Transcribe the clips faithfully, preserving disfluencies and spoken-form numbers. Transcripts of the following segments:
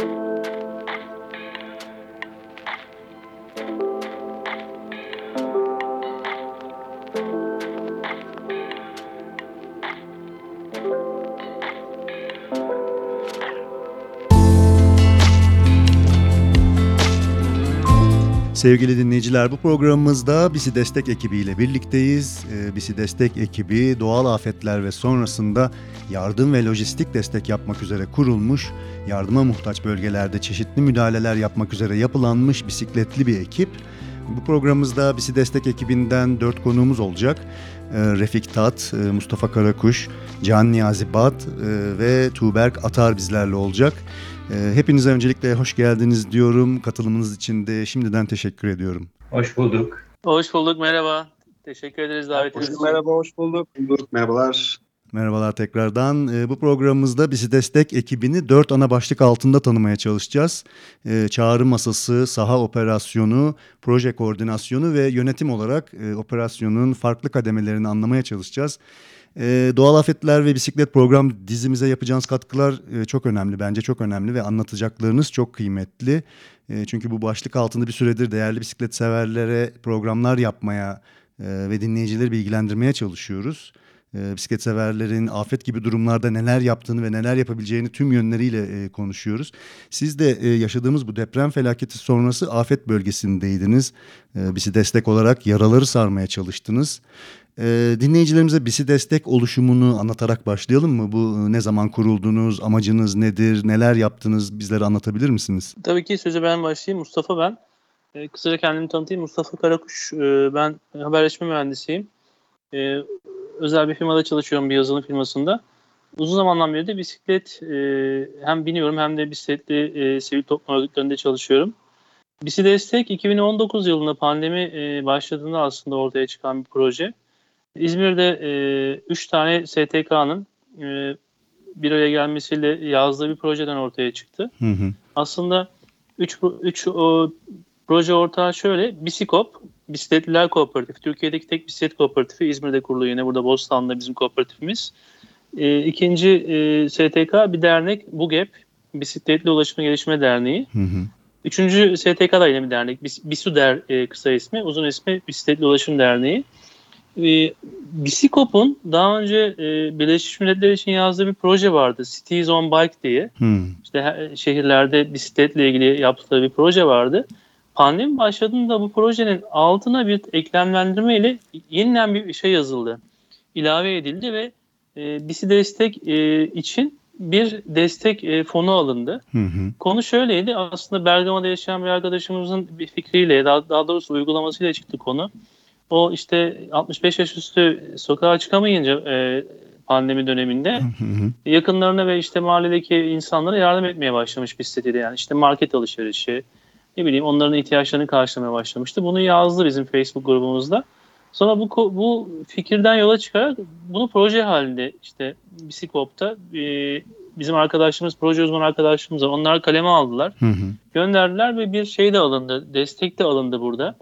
Sevgili dinleyiciler, bu programımızda Bisi Destek ekibiyle birlikteyiz. Bisi Destek ekibi doğal afetler ve sonrasında yardım ve lojistik destek yapmak üzere kurulmuş, yardıma muhtaç bölgelerde çeşitli müdahaleler yapmak üzere yapılanmış bisikletli bir ekip. Bu programımızda Bisi Destek ekibinden dört konuğumuz olacak. Refik Tat, Mustafa Karakuş, Can Niyazi Bat ve Tuğberk Atar bizlerle olacak. Hepinize öncelikle hoş geldiniz diyorum. Katılımınız için de şimdiden teşekkür ediyorum. Hoş bulduk. Hoş bulduk, merhaba. Teşekkür ederiz davetiniz için. Merhaba, hoş bulduk. bulduk. Merhabalar. Merhabalar tekrardan. Bu programımızda Bisi Destek ekibini dört ana başlık altında tanımaya çalışacağız. Çağrı masası, saha operasyonu, proje koordinasyonu ve yönetim olarak operasyonun farklı kademelerini anlamaya çalışacağız. Ee, doğal afetler ve bisiklet program dizimize yapacağınız katkılar e, çok önemli, bence çok önemli ve anlatacaklarınız çok kıymetli. E, çünkü bu başlık altında bir süredir değerli bisiklet severlere programlar yapmaya e, ve dinleyicileri bilgilendirmeye çalışıyoruz. E, bisiklet severlerin afet gibi durumlarda neler yaptığını ve neler yapabileceğini tüm yönleriyle e, konuşuyoruz. Siz de e, yaşadığımız bu deprem felaketi sonrası afet bölgesindeydiniz. E, Bisi Destek olarak yaraları sarmaya çalıştınız. Ee, dinleyicilerimize Bisi Destek oluşumunu anlatarak başlayalım mı? Bu ne zaman kuruldunuz, amacınız nedir, neler yaptınız, bizlere anlatabilir misiniz? Tabii ki sözü ben başlayayım. Mustafa ben. Ee, kısaca kendimi tanıtayım. Mustafa Karakuş. Ee, ben haberleşme mühendisiyim. Ee, özel bir firmada çalışıyorum, bir yazılım firmasında. Uzun zamandan beri de bisiklet e, hem biniyorum hem de bisikletli e, sivil toplum örgütlerinde çalışıyorum. Bisi Destek iki bin on dokuz yılında pandemi e, başladığında aslında ortaya çıkan bir proje. İzmir'de üç e, tane S T K'nın e, bir araya gelmesiyle yazdığı bir projeden ortaya çıktı. Hı hı. Aslında üç proje ortağı şöyle: Bisikop, Bisikletliler Kooperatifi, Türkiye'deki tek bisiklet kooperatifi, İzmir'de kurulu, yine burada Bostan'da bizim kooperatifimiz. E, ikinci e, S T K bir dernek, BUGEP, Bisikletli Ulaşım Gelişme Derneği. Hı hı. Üçüncü S T K da yine bir dernek, BİSUDER e, kısa ismi, uzun ismi Bisikletli Ulaşım Derneği. E, Bisikop'un daha önce e, Birleşmiş Milletler için yazdığı bir proje vardı, Cities on Bike diye. Hmm. İşte her, şehirlerde bisikletle ilgili yaptığı bir proje vardı. Pandemi başladığında bu projenin altına bir eklemlendirme ile yeniden bir şey yazıldı, ilave edildi ve e, Bisi Destek e, için bir destek e, fonu alındı. Hı hı. Konu şöyleydi: aslında Bergama'da yaşayan bir arkadaşımızın bir fikriyle, daha, daha doğrusu uygulamasıyla çıktı konu. O işte altmış beş yaş üstü sokağa çıkamayınca e, pandemi döneminde hı hı. yakınlarına ve işte mahalledeki insanlara yardım etmeye başlamış bisikletiyle. Yani işte market alışverişi, ne bileyim, onların ihtiyaçlarını karşılamaya başlamıştı. Bunu yazdı bizim Facebook grubumuzda. Sonra bu bu fikirden yola çıkarak bunu proje halinde işte Bisikop'ta e, bizim arkadaşımız, proje uzmanı arkadaşlarımız var. Onlar kaleme aldılar, hı hı. gönderdiler ve bir şey de alındı, destek de alındı burada.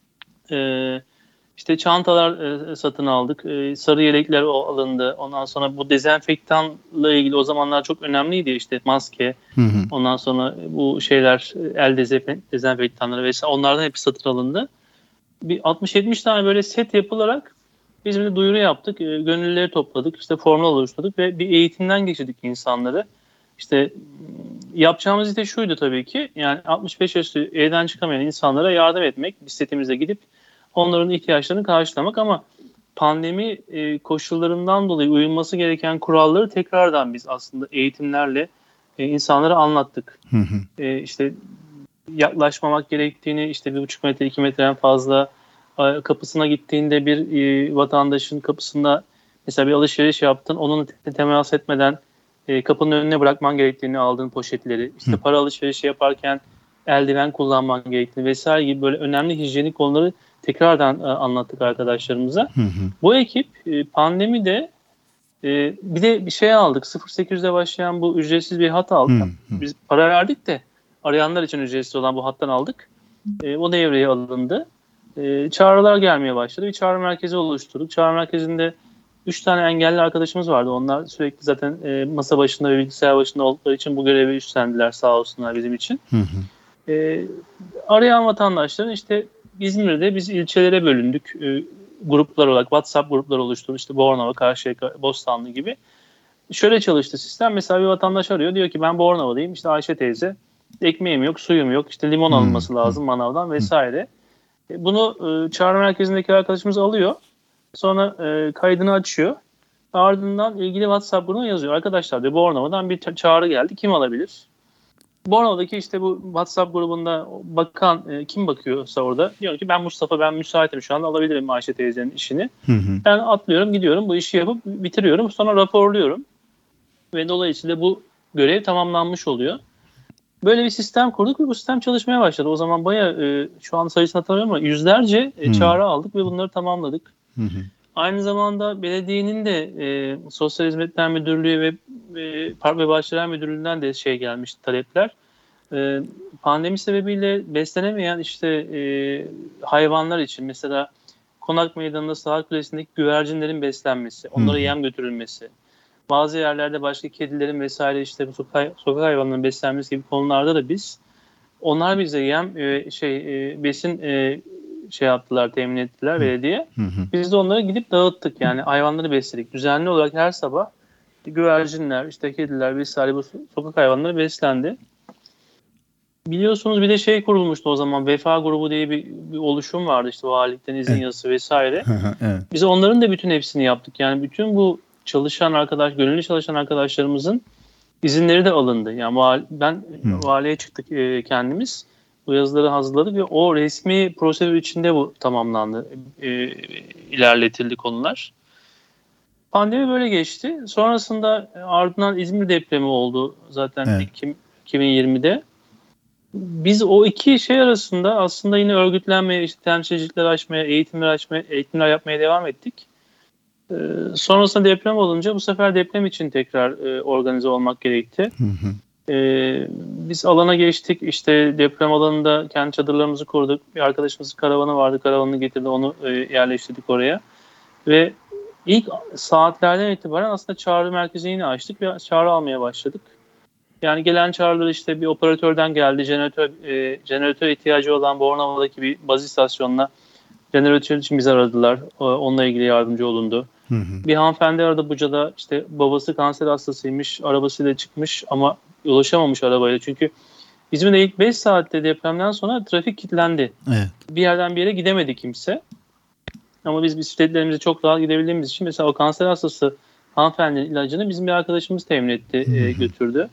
E, işte çantalar e, satın aldık, e, sarı yelekler alındı. Ondan sonra bu dezenfektanla ilgili o zamanlar çok önemliydi, işte maske, hı hı. ondan sonra bu şeyler, el dezenfektanları vesaire, onlardan hepsi satın alındı. Bir altmış yetmiş tane böyle set yapılarak biz bir duyuru yaptık. Gönüllüleri topladık. İşte formlar oluşturduk ve bir eğitimden geçirdik insanları. İşte yapacağımız işte şuydu tabii ki. Yani altmış beş yaş üstü evden çıkamayan insanlara yardım etmek. Bisikletimize gidip onların ihtiyaçlarını karşılamak, ama pandemi koşullarından dolayı uyulması gereken kuralları tekrardan biz aslında eğitimlerle insanlara anlattık. Hı hı. İşte yaklaşmamak gerektiğini, işte bir buçuk metre, iki metreden fazla, kapısına gittiğinde bir e, vatandaşın kapısında mesela bir alışveriş yaptın, onun temas etmeden e, kapının önüne bırakman gerektiğini, aldığın poşetleri, işte Hı. para alışverişi yaparken eldiven kullanman gerektiğini vesaire gibi böyle önemli hijyenik konuları tekrardan e, anlattık arkadaşlarımıza. Hı hı. Bu ekip e, pandemide e, bir de bir şey aldık, sıfır sekiz yüzde başlayan bu ücretsiz bir hat aldık. Hı hı. Biz para verdik de arayanlar için ücretsiz olan bu hattan aldık. E, o devreye alındı. E, çağrılar gelmeye başladı. Bir çağrı merkezi oluşturduk. Çağrı merkezinde Üç tane engelli arkadaşımız vardı. Onlar sürekli zaten e, masa başında ve bilgisayar başında oldukları için bu görevi üstlendiler sağ olsunlar bizim için. Hı hı. E, arayan vatandaşların işte İzmir'de biz ilçelere bölündük. E, gruplar olarak WhatsApp grupları oluşturduk. İşte Bornova, Karşıyaka, Bostanlı gibi. Şöyle çalıştı sistem. Mesela bir vatandaş arıyor. Diyor ki ben Bornova'dayım. İşte Ayşe teyze. Ekmeğim yok, suyum yok. İşte limon Hmm. alınması lazım manavdan vesaire. E, bunu e, çağrı merkezindeki arkadaşımız alıyor. Sonra e, kaydını açıyor. Ardından ilgili WhatsApp grubuna yazıyor. Arkadaşlar diyor Bornova'dan bir ça- çağrı geldi. Kim alabilir? Bornova'daki işte bu WhatsApp grubunda bakan e, kim bakıyorsa orada diyor ki ben Mustafa, ben müsaitim şu an, alabilirim Ayşe teyzenin işini. Hı hı. Ben atlıyorum, gidiyorum, bu işi yapıp bitiriyorum, sonra raporluyorum ve dolayısıyla bu görev tamamlanmış oluyor. Böyle bir sistem kurduk ve bu sistem çalışmaya başladı. O zaman bayağı e, şu an sayısını hatırlamıyorum ama yüzlerce e, Hmm. çağrı aldık ve bunları tamamladık. Hı hı. Aynı zamanda belediyenin de e, Sosyal Hizmetler Müdürlüğü ve e, Park ve Bahçeler Müdürlüğü'nden de şey gelmişti, talepler. E, pandemi sebebiyle beslenemeyen işte e, hayvanlar için mesela Konak Meydanı'nda Saat Kulesi'ndeki güvercinlerin beslenmesi, onlara Hı. yem götürülmesi, bazı yerlerde başka kedilerin vesaire işte bu sokak, sokak hayvanlarının beslenmesi gibi konularda da biz onlar bize yem e, şey e, besin e, şey yaptılar, temin ettiler belediye. Hı hı. Biz de onlara gidip dağıttık, yani hayvanları besledik. Düzenli olarak her sabah güvercinler, işte kediler vesaire bu sokak hayvanları beslendi. Biliyorsunuz bir de şey kurulmuştu o zaman, Vefa Grubu diye bir, bir oluşum vardı, işte valilikten izin Evet. yazısı vesaire. Hı hı. Evet. Biz onların da bütün hepsini yaptık. Yani bütün bu çalışan arkadaş, gönüllü çalışan arkadaşlarımızın izinleri de alındı. Yani vali, ben Hı. valiye çıktık e, kendimiz. Bu yazıları hazırladık ve o resmi prosedür içinde bu tamamlandı. E, ilerletildi konular. Pandemi böyle geçti. Sonrasında ardından İzmir depremi oldu zaten Evet. Ekim iki bin yirmide. Biz o iki şey arasında aslında yine örgütlenmeye, işte temsilcilikler açmaya, eğitimler açmaya, eğitimler yapmaya devam ettik. Ee, sonrasında deprem olunca bu sefer deprem için tekrar e, organize olmak gerekti. Hı hı. Ee, biz alana geçtik. İşte deprem alanında kendi çadırlarımızı kurduk. Bir arkadaşımızın karavanı vardı. Karavanını getirdi. Onu e, yerleştirdik oraya. Ve ilk saatlerden itibaren aslında çağrı merkezini yine açtık ve çağrı almaya başladık. Yani gelen çağrılar işte bir operatörden geldi. Jeneratör, e, jeneratör ihtiyacı olan Bornova'daki bir baz istasyonuna jeneratör için bizi aradılar. O, onunla ilgili yardımcı olundu. Hı hı. Bir hanımefendi aradı Buca'da, işte babası kanser hastasıymış, arabasıyla çıkmış ama ulaşamamış arabayla. Çünkü İzmir'de ilk beş saatte depremden sonra trafik kilitlendi. Evet. Bir yerden bir yere gidemedi kimse. Ama biz bisikletlerimizi çok rahat gidebildiğimiz için mesela o kanser hastası hanımefendinin ilacını bizim bir arkadaşımız temin etti, Hı hı. e, götürdü.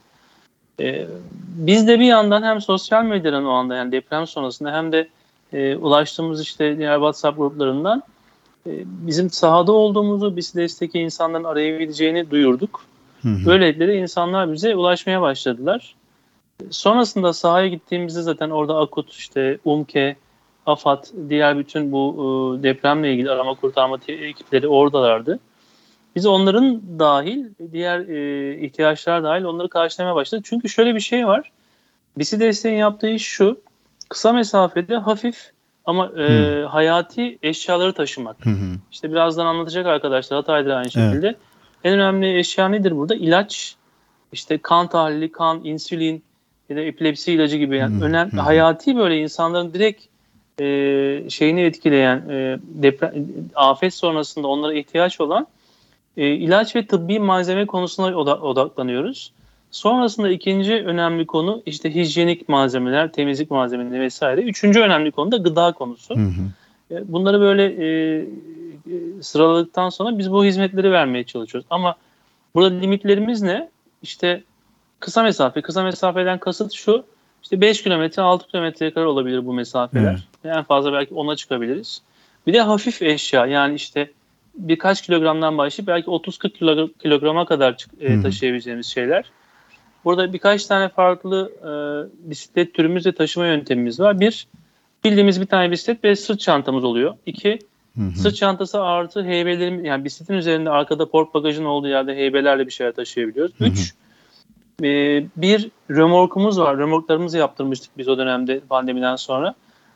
E, biz de bir yandan hem sosyal medyanın o anda, yani deprem sonrasında, hem de e, ulaştığımız işte diğer WhatsApp gruplarından e, bizim sahada olduğumuzu, bizi destekleyen insanların arayabileceğini duyurduk. Hı hı. Böylelikle de insanlar bize ulaşmaya başladılar. Sonrasında sahaya gittiğimizde zaten orada AKUT, işte UMKE, AFAD, diğer bütün bu e, depremle ilgili arama kurtarma te- ekipleri oradalardı. Biz onların dahil, diğer e, ihtiyaçlar dahil onları karşılamaya başladık. Çünkü şöyle bir şey var. Bizi desteğin yaptığı iş şu: kısa mesafede hafif ama e, Hı. hayati eşyaları taşımak. Hı hı. İşte birazdan anlatacak arkadaşlar, Hatay'da aynı Evet. şekilde. En önemli eşya nedir burada? İlaç, işte kan tahlili, kan, insülin ya da epilepsi ilacı gibi, yani Hı önemli, hı. hayati, böyle insanların direkt e, şeyini etkileyen, e, deprem, afet sonrasında onlara ihtiyaç olan e, ilaç ve tıbbi malzeme konusuna oda- odaklanıyoruz. Sonrasında ikinci önemli konu işte hijyenik malzemeler, temizlik malzemeleri vesaire. Üçüncü önemli konu da gıda konusu. Hı hı. E, Bunları böyle e, e, sıraladıktan sonra biz bu hizmetleri vermeye çalışıyoruz. Ama burada limitlerimiz ne? İşte kısa mesafe. Kısa mesafeden kasıt şu: işte beş kilometre, altı kilometreye kadar olabilir bu mesafeler. En fazla belki ona çıkabiliriz. Bir de hafif eşya, yani işte birkaç kilogramdan başlayıp belki otuz kırk kilo- kilograma kadar çık- e, Hı hı. taşıyabileceğimiz şeyler. Burada birkaç tane farklı e, bisiklet türümüz ve taşıma yöntemimiz var. Bir, bildiğimiz bir tane bisiklet ve sırt çantamız oluyor. İki, Hı hı. sırt çantası artı heybelerim, yani bisikletin üzerinde arkada port bagajın olduğu yerde heybelerle bir şeyler taşıyabiliyoruz. Hı hı. Üç, e, bir römorkumuz var. Römorklarımızı yaptırmıştık biz o dönemde pandemiden sonra.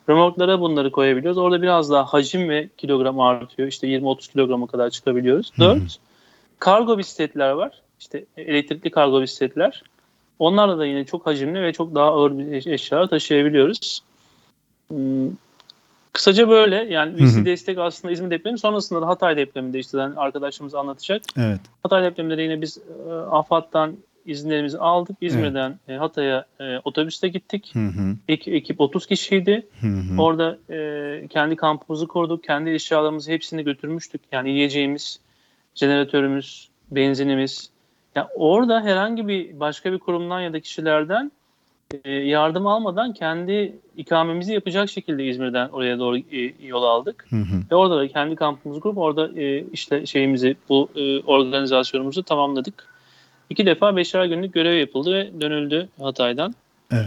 Römorklara bunları koyabiliyoruz. Orada biraz daha hacim ve kilogram artıyor. İşte yirmi otuz kilograma kadar çıkabiliyoruz. Hı hı. Dört, kargo bisikletler var. İşte elektrikli kargo bisikletler. Onlarla da yine çok hacimli ve çok daha ağır bir eşya taşıyabiliyoruz. Hmm, Kısaca böyle. Yani Hı hı. V C destek aslında İzmir depremi. Sonrasında da Hatay depreminde işte yani arkadaşımız anlatacak. Evet. Hatay depreminde de yine biz e, AFAD'dan izinlerimizi aldık. İzmir'den e, Hatay'a e, otobüste gittik. Hı hı. Ek- ekip otuz kişiydi. Hı hı. Orada e, kendi kampımızı kurduk. Kendi eşyalarımızı hepsini götürmüştük. Yani yiyeceğimiz, jeneratörümüz, benzinimiz. Yani orada herhangi bir başka bir kurumdan ya da kişilerden e, yardım almadan kendi ikamemizi yapacak şekilde İzmir'den oraya doğru e, yol aldık. Hı hı. Ve orada da kendi kampımızı kurup orada e, işte şeyimizi, bu e, organizasyonumuzu tamamladık. İki defa beşer günlük görev yapıldı ve dönüldü Hatay'dan. Evet.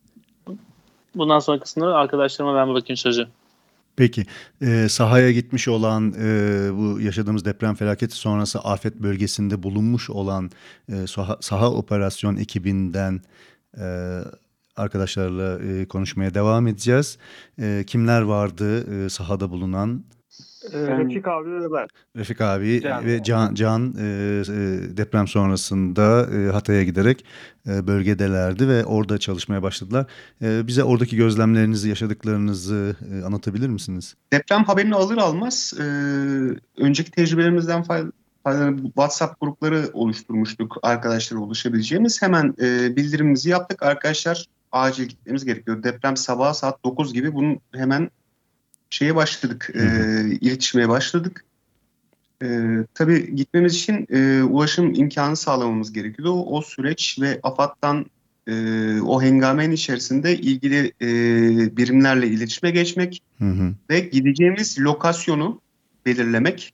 Bundan sonra kısımları arkadaşlarıma ben bırakayım sözü. Peki, e, sahaya gitmiş olan e, bu yaşadığımız deprem felaketi sonrası afet bölgesinde bulunmuş olan e, saha, saha operasyon ekibinden e, arkadaşlarla e, konuşmaya devam edeceğiz. E, kimler vardı e, sahada bulunan? Ee, Refik abi ve ben. Refik abi Can. ve Can, Can e, e, deprem sonrasında e, Hatay'a giderek e, bölgedelerdi ve orada çalışmaya başladılar. E, bize oradaki gözlemlerinizi, yaşadıklarınızı e, anlatabilir misiniz? Deprem haberini alır almaz e, önceki tecrübelerimizden fay- faydalanıp WhatsApp grupları oluşturmuştuk arkadaşlara ulaşabileceğimiz. Hemen e, bildirimimizi yaptık. Arkadaşlar acil gitmemiz gerekiyor. Deprem sabah saat dokuz gibi bunun hemen şeye başladık. E, Hı hı. iletişmeye başladık. E, tabii gitmemiz için e, ulaşım imkanı sağlamamız gerekiyordu. O, o süreç ve AFAD'dan e, o hengamenin içerisinde ilgili e, birimlerle iletişime geçmek Hı hı. ve gideceğimiz lokasyonu belirlemek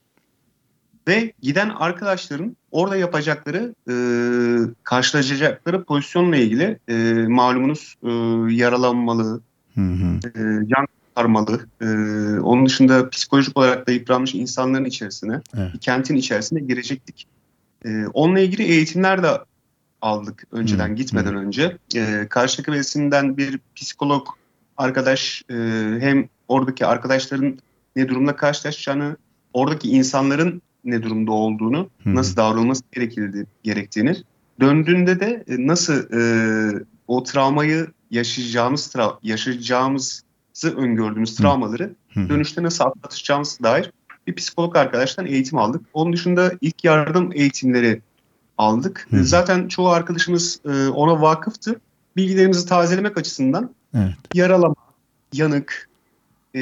ve giden arkadaşların orada yapacakları, e, karşılaşacakları pozisyonla ilgili e, malumunuz e, yaralanmalı, Hı hı. e, can kurtarmalı, e, onun dışında psikolojik olarak da yıpranmış insanların içerisine, Evet. kentin içerisine girecektik. E, onunla ilgili eğitimler de aldık önceden Hı gitmeden hı. önce. E, Karşıyaka Belediyesi'nden bir psikolog arkadaş e, hem oradaki arkadaşların ne durumda karşılaşacağını, oradaki insanların ne durumda olduğunu, Hı hı. nasıl davranılması gerekildi, gerektiğini, döndüğünde de e, nasıl e, o travmayı yaşayacağımız, tra- yaşayacağımızı öngördüğümüz Hı travmaları hı. dönüşte nasıl atlatacağımız dair bir psikolog arkadaştan eğitim aldık. Onun dışında ilk yardım eğitimleri aldık. Hı hı. Zaten çoğu arkadaşımız e, ona vakıftı. Bilgilerimizi tazelemek açısından Evet. yaralama, yanık, e,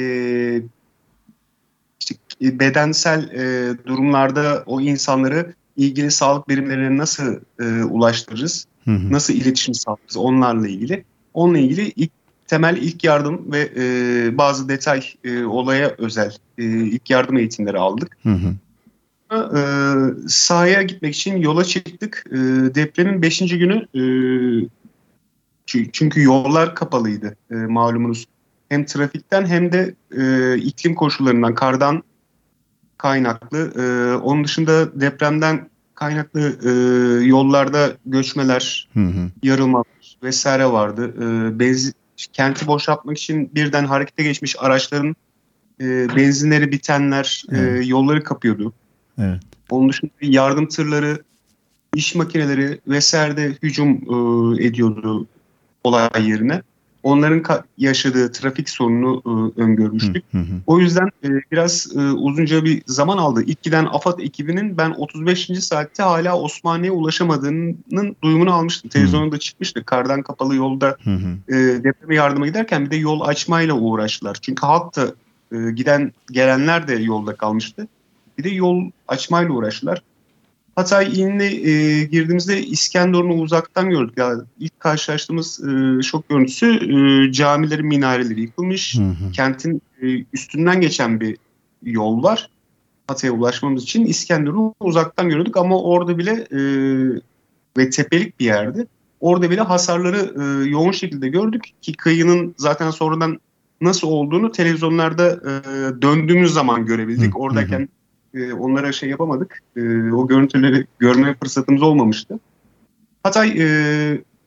işte e, bedensel e, durumlarda o insanları ilgili sağlık birimlerine nasıl e, ulaştırırız, Hı hı. nasıl iletişim sağlarız onlarla ilgili. Onunla ilgili ilk temel ilk yardım ve e, bazı detay e, olaya özel e, ilk yardım eğitimleri aldık. Hı hı. E, sahaya gitmek için yola çıktık. E, depremin beşinci günü e, çü- çünkü yollar kapalıydı e, malumunuz. Hem trafikten hem de e, iklim koşullarından, kardan kaynaklı. E, onun dışında depremden kaynaklı e, yollarda göçmeler, Hı hı. yarılmalar vesaire vardı. E, benzin, kenti boşaltmak için birden harekete geçmiş araçların e, benzinleri bitenler e, Evet. yolları kapıyordu. Evet. Onun dışında yardım tırları, iş makineleri vesaire de hücum e, ediyordu olay yerine. Onların ka- yaşadığı trafik sorununu e, Hı öngörmüştük. hı. Hı. O yüzden e, biraz e, uzunca bir zaman aldı. İlk giden AFAD ekibinin ben otuz beşinci saatte hala Osmaniye'ye ulaşamadığının duyumunu almıştım. Televizyonda da çıkmıştı. Kardan kapalı yolda Hı hı. e, depreme yardıma giderken bir de yol açmayla uğraştılar. Çünkü halk da e, giden gelenler de yolda kalmıştı. Bir de yol açmayla uğraştılar. Hatay iline e, girdiğimizde İskenderun'u uzaktan gördük. Yani ilk karşılaştığımız e, şok görüntüsü e, camilerin minareleri yıkılmış. Hı hı. Kentin e, üstünden geçen bir yol var. Hatay'a ulaşmamız için İskenderun'u uzaktan görüyorduk ama orada bile e, ve tepelik bir yerdi. Orada bile hasarları e, yoğun şekilde gördük ki kıyının zaten sonradan nasıl olduğunu televizyonlarda e, döndüğümüz zaman Hı görebildik. hı. Hı. Oradayken e, onlara şey yapamadık. E, o görüntüleri görme fırsatımız olmamıştı. Hatay e,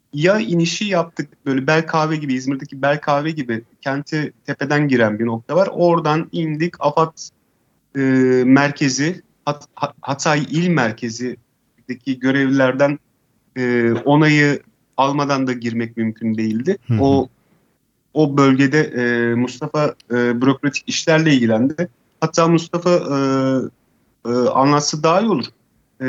ya inişi yaptık, böyle Belkave gibi, İzmir'deki Belkave gibi kente tepeden giren bir nokta var. Oradan indik AFAD e, merkezi, Hat- Hat- Hatay il merkezindeki görevlilerden e, onayı almadan da girmek mümkün değildi. Hı hı. O o bölgede e, Mustafa e, bürokratik işlerle ilgilendi. Hatta Mustafa e, e, anlatsa daha iyi olur. E,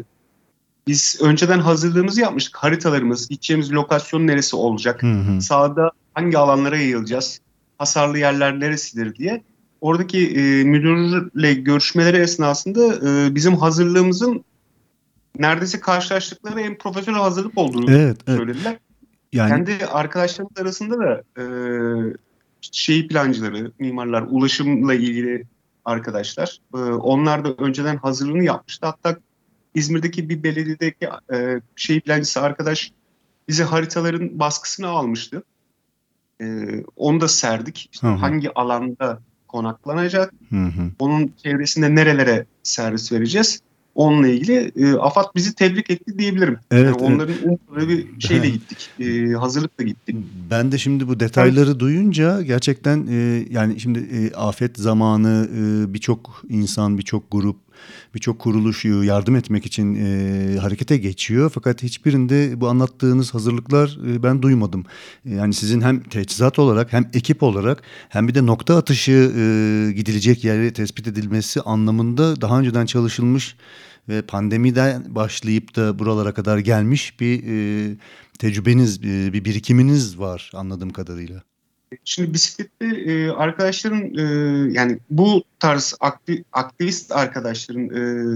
Biz önceden hazırlığımızı yapmıştık. Haritalarımız, gideceğimiz lokasyon neresi olacak, Hı hı. sahada hangi alanlara yayılacağız, hasarlı yerler neresidir diye. Oradaki e, müdürle görüşmeleri esnasında e, bizim hazırlığımızın neredeyse karşılaştıkları en profesyonel hazırlık olduğunu Evet, evet. söylediler. Yani Kendi arkadaşlarımız arasında da e, şehir plancıları, mimarlar, ulaşımla ilgili arkadaşlar. E, onlar da önceden hazırlığını yapmıştı. Hatta İzmir'deki bir belediyedeki e, şehir plancısı arkadaş bize haritaların baskısını almıştı. E, onu da serdik. hı İşte hı. hangi alanda konaklanacak, Hı hı. onun çevresinde nerelere servis vereceğiz. Onunla ilgili e, AFAD bizi tebrik etti diyebilirim. Yani Evet, evet. onların umutları bir şeyle gittik, e, hazırlıkla gittik. Ben de şimdi bu Evet. detayları duyunca gerçekten e, yani şimdi e, afet zamanı e, birçok insan, birçok grup, birçok kuruluş e, yardım etmek için e, harekete geçiyor. Fakat hiçbirinde bu anlattığınız hazırlıklar e, ben duymadım. E, yani sizin hem teçhizat olarak hem ekip olarak hem bir de nokta atışı e, gidilecek yeri tespit edilmesi anlamında daha önceden çalışılmış ve pandemiden başlayıp da buralara kadar gelmiş bir e, tecrübeniz, e, bir birikiminiz var anladığım kadarıyla. Şimdi bisiklette e, arkadaşların e, yani bu tarz akti- aktivist arkadaşların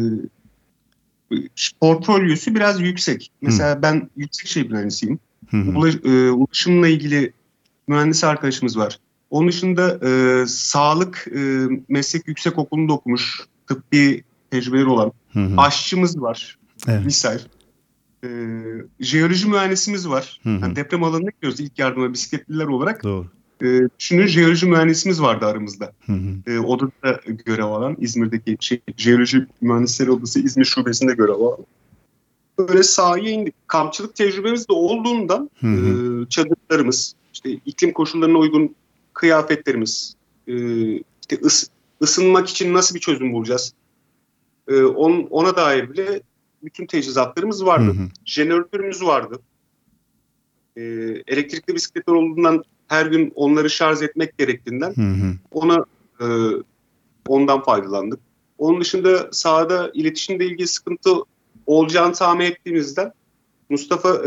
e, portfolyosu biraz yüksek. Hı Mesela ben yüksek şehir mühendisiyim. hı hı Ulaş, e, ulaşımla ilgili mühendis arkadaşımız var. Onun dışında e, sağlık e, meslek yüksek okulunda okumuş, tıbbi tecrübeleri olan hı. Hı. aşçımız var. Evet. Misal. E, jeoloji mühendisimiz var. Hı hı. Yani deprem alanına gidiyoruz ilk yardıma bisikletliler olarak. Doğru. E, düşünün jeoloji mühendisimiz vardı aramızda. Hı hı. E, o da görev alan İzmir'deki şey, Jeoloji Mühendisleri Odası İzmir Şubesi'nde görev alan. Böyle sahaya indik. Kampçılık tecrübemiz de olduğundan Hı e, hı. çadırlarımız, işte iklim koşullarına uygun kıyafetlerimiz, e, işte ıs, ısınmak için nasıl bir çözüm bulacağız? E, on, ona dair bile bütün teçhizatlarımız Hı vardı. hı. Jeneratörümüz vardı. E, elektrikli bisikletler olduğundan her gün onları şarj etmek gerektiğinden Hı hı. ona e, ondan faydalandık. Onun dışında sahada iletişimle ilgili sıkıntı olacağını tahmin ettiğimizden Mustafa e,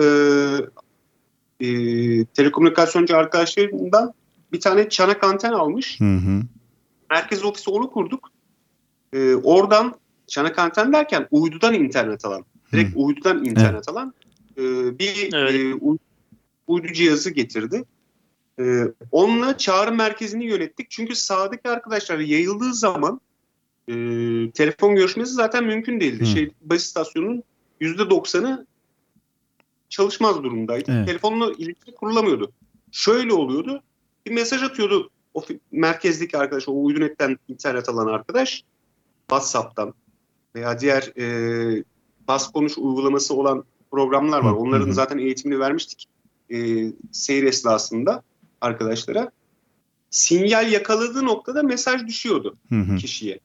e, telekomünikasyoncu arkadaşlarından bir tane çanak anten almış. Hı hı. Merkez ofisi onu kurduk. E, oradan çanak anten derken uydudan internet alan, direkt uydudan internet alan e, bir Evet. e, uydu cihazı getirdi. E, onunla çağrı merkezini yönettik. Çünkü sahadaki arkadaşlar yayıldığı zaman e, telefon görüşmesi zaten mümkün değildi. Hı. Şey, baz istasyonunun yüzde doksanı çalışmaz durumdaydı. Evet. Telefonla iletişim kurulamıyordu. Şöyle oluyordu. Bir mesaj atıyordu o merkezdeki arkadaş, o uydunetten internet alan arkadaş WhatsApp'tan veya diğer e, bas konuş uygulaması olan programlar var. Hı, Onların hı. zaten eğitimini vermiştik e, seyir esnasında arkadaşlara. Sinyal yakaladığı noktada mesaj düşüyordu Hı hı. kişiye.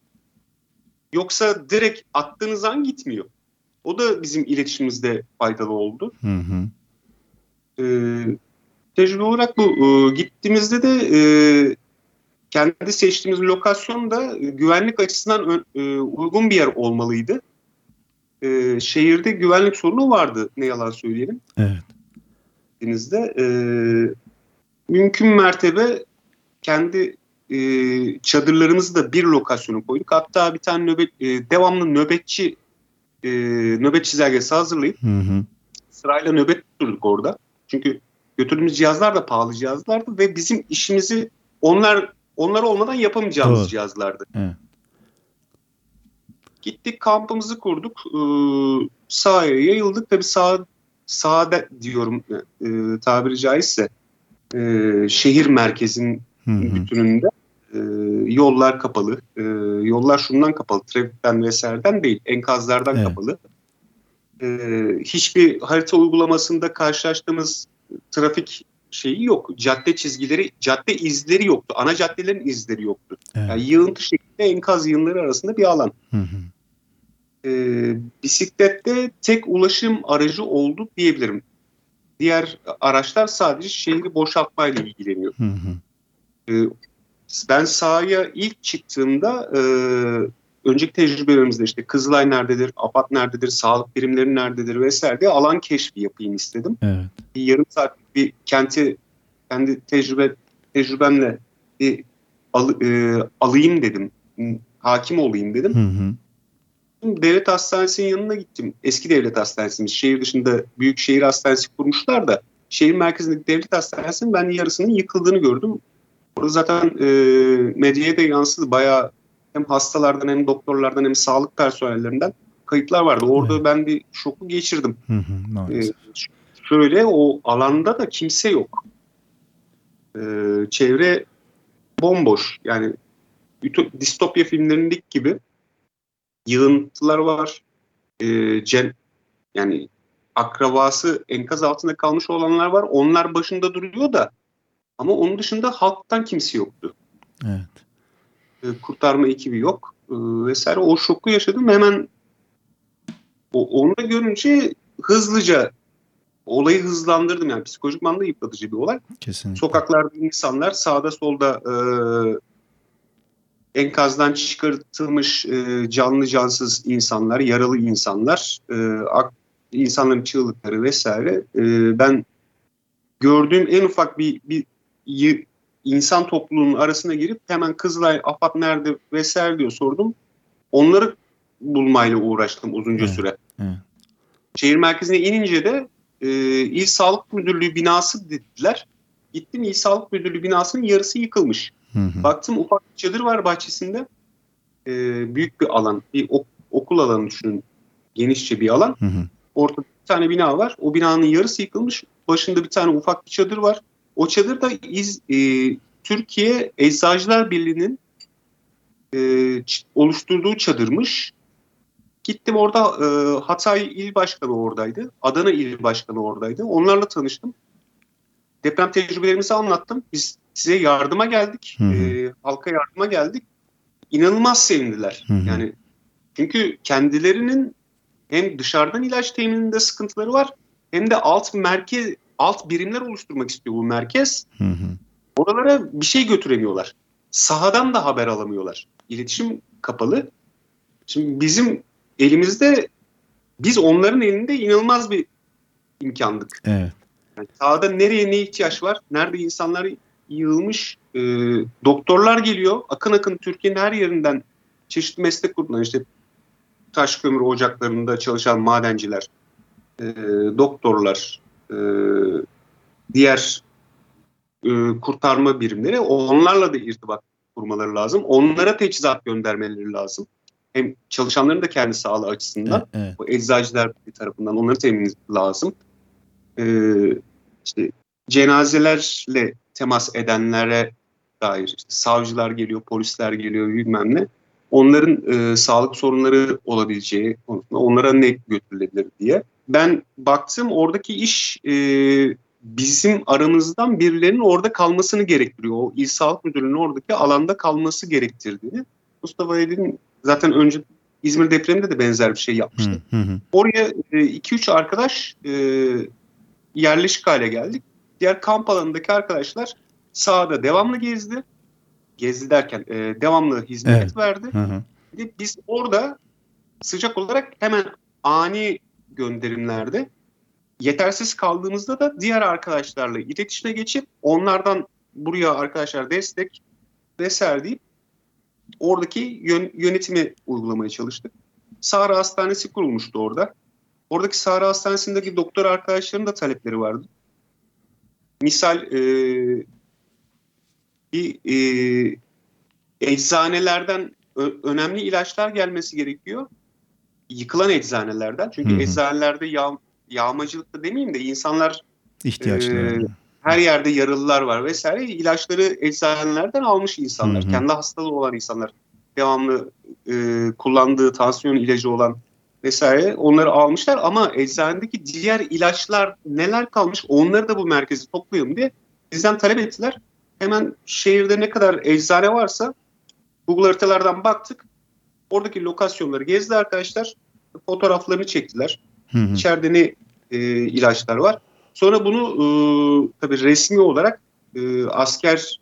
Yoksa direkt attığınız an gitmiyor. O da bizim iletişimimizde faydalı oldu. Hı hı. Ee, tecrübe olarak bu. Ee, gittiğimizde de e, kendi seçtiğimiz lokasyon da e, güvenlik açısından ö- e, uygun bir yer olmalıydı. Ee, şehirde güvenlik sorunu vardı, ne yalan söyleyelim. Evet. Denizde. Ee, mümkün mertebe kendi e, çadırlarımızı da bir lokasyona koyduk. Hatta bir tane nöbet, e, devamlı nöbetçi e, nöbet çizelgesi hazırlayıp Hı hı. sırayla nöbet tuturduk orada. Çünkü götürdüğümüz cihazlar da pahalı cihazlardı ve bizim işimizi onlar onlar olmadan yapamayacağımız Doğru. cihazlardı. Evet. Gittik, kampımızı kurduk. E, sahaya yayıldık. Tabii sağ sahada diyorum e, tabiri caizse e, şehir merkezinin Hı hı. bütününde e, yollar kapalı. E, yollar şundan kapalı, trafikten vesaireden değil, enkazlardan Evet. kapalı. e, hiçbir harita uygulamasında karşılaştığımız trafik şeyi yok. Cadde çizgileri, cadde izleri yoktu. Ana caddelerin izleri yoktu. Evet. Yani yığıntı şeklinde enkaz yığınları arasında bir alan. Hı hı. Ee, bisiklette tek ulaşım aracı oldu diyebilirim. Diğer araçlar sadece şehri boşaltmayla ilgileniyor. Hı hı. Ee, ben sahaya ilk çıktığımda e, önceki tecrübelerimizde işte Kızılay nerededir, AFAD nerededir, sağlık birimleri nerededir vesaire diye alan keşfi yapayım istedim. Evet. Bir yarım saatlik bir kenti kendi tecrübe tecrübemle bir al, e, alayım dedim. Hakim olayım dedim. Hı hı. Devlet hastanesinin yanına gittim. Eski devlet hastanesimiz. Şehir dışında büyük şehir hastanesi kurmuşlar da şehir merkezindeki devlet hastanesinin ben yarısının yıkıldığını gördüm. Orada zaten e, medyaya da yansıdı. Bayağı hem hastalardan hem doktorlardan hem sağlık personellerinden kayıplar vardı. Orada Evet. ben bir şoku geçirdim. Hı hı. Maalesef. E, şöyle o alanda da kimse yok. E, çevre bomboş. Yani distopya filmlerindeki gibi yığıntılar var. E, cen, yani akrabası enkaz altında kalmış olanlar var. Onlar başında duruyor da ama onun dışında halktan kimse yoktu. Evet. E, kurtarma ekibi yok e, vesaire. O şoku yaşadım. Hemen o, onu da görünce hızlıca olayı hızlandırdım. Yani psikolojik manada yıpratıcı bir olay. Kesinlikle. Sokaklarda insanlar sağda solda e, enkazdan çıkartılmış e, canlı cansız insanlar, yaralı insanlar, e, ak, insanların çığlıkları vesaire. E, ben gördüğüm en ufak bir, bir y- insan topluluğunun arasına girip hemen Kızılay, AFAD nerede vesaire diye sordum. Onları bulmayla uğraştım uzunca Evet, süre. evet. Şehir merkezine inince de e, İl Sağlık Müdürlüğü binası dediler. Gittim, İl Sağlık Müdürlüğü binasının yarısı yıkılmış. Hı hı. Baktım ufak bir çadır var bahçesinde. E, büyük bir alan, bir ok- okul alanı düşünün. Genişçe bir alan. Hı hı. Ortada bir tane bina var. O binanın yarısı yıkılmış. Başında bir tane ufak bir çadır var. O çadır da İz, e, Türkiye Eczacılar Birliği'nin e, ç- oluşturduğu çadırmış. Gittim orada e, Hatay İl Başkanı oradaydı. Adana İl Başkanı oradaydı. Onlarla tanıştım. Deprem tecrübelerimizi anlattım. Biz size yardıma geldik. Hı hı. E, halka yardıma geldik. İnanılmaz sevindiler. Hı hı. Yani çünkü kendilerinin hem dışarıdan ilaç temininde sıkıntıları var hem de alt merkez alt birimler oluşturmak istiyor bu merkez. Hı hı. Oralara bir şey götüremiyorlar. Sahadan da haber alamıyorlar. İletişim kapalı. Şimdi bizim elimizde, biz onların elinde inanılmaz bir imkandık. Evet. Yani sahada nereye ne ihtiyaç var? Nerede insanlar yığılmış? E, doktorlar geliyor. Akın akın Türkiye'nin her yerinden çeşitli meslek grubundan, işte taş kömür ocaklarında çalışan madenciler, e, doktorlar, e, diğer e, kurtarma birimleri, onlarla da irtibat kurmaları lazım. Onlara teçhizat göndermeleri lazım. Hem çalışanların da kendi sağlığı açısından, Evet, evet. bu eczacılar tarafından onları temin lazım. E, işte cenazelerle temas edenlere dair işte savcılar geliyor, polisler geliyor, bilmem ne. Onların e, sağlık sorunları olabileceği konusunda onlara ne götürülebilir diye. Ben baktım oradaki iş e, bizim aramızdan birilerinin orada kalmasını gerektiriyor. O İl Sağlık Müdürlüğü'nün oradaki alanda kalması gerektirdiğini. Mustafa Edil'in zaten önce İzmir depreminde de benzer bir şey yapmıştı. Hı hı. Oraya iki üç arkadaş e, yerleşik hale geldik. Diğer kamp alanındaki arkadaşlar sahada devamlı gezdi. Gezdi derken e, devamlı hizmet Evet. verdi. Hı hı. Bir de biz orada sıcak olarak hemen ani gönderimlerde, yetersiz kaldığımızda da diğer arkadaşlarla iletişime geçip onlardan buraya arkadaşlar destek vesaire deyip oradaki yön, yönetimi uygulamaya çalıştık. Sahra Hastanesi kurulmuştu orada. Oradaki Sahra Hastanesi'ndeki doktor arkadaşların da talepleri vardı. Misal e, bir e, eczanelerden ö- önemli ilaçlar gelmesi gerekiyor. Yıkılan eczanelerden. Çünkü Hı hı. eczanelerde yağ, yağmacılıkta demeyeyim de insanlar, İhtiyaçları. e, her yerde yaralılar var vesaire. İlaçları eczanelerden almış insanlar. Hı hı. Kendi hastalığı olan insanlar. Devamlı e, kullandığı tansiyon ilacı olan vesaire onları almışlar ama eczanedeki diğer ilaçlar neler kalmış onları da bu merkeze toplayalım diye bizden talep ettiler. Hemen şehirde ne kadar eczane varsa Google haritalardan baktık. Oradaki lokasyonları gezdi arkadaşlar. Fotoğraflarını çektiler. Hı hı. İçeride ne e, ilaçlar var. Sonra bunu e, tabii resmi olarak e, asker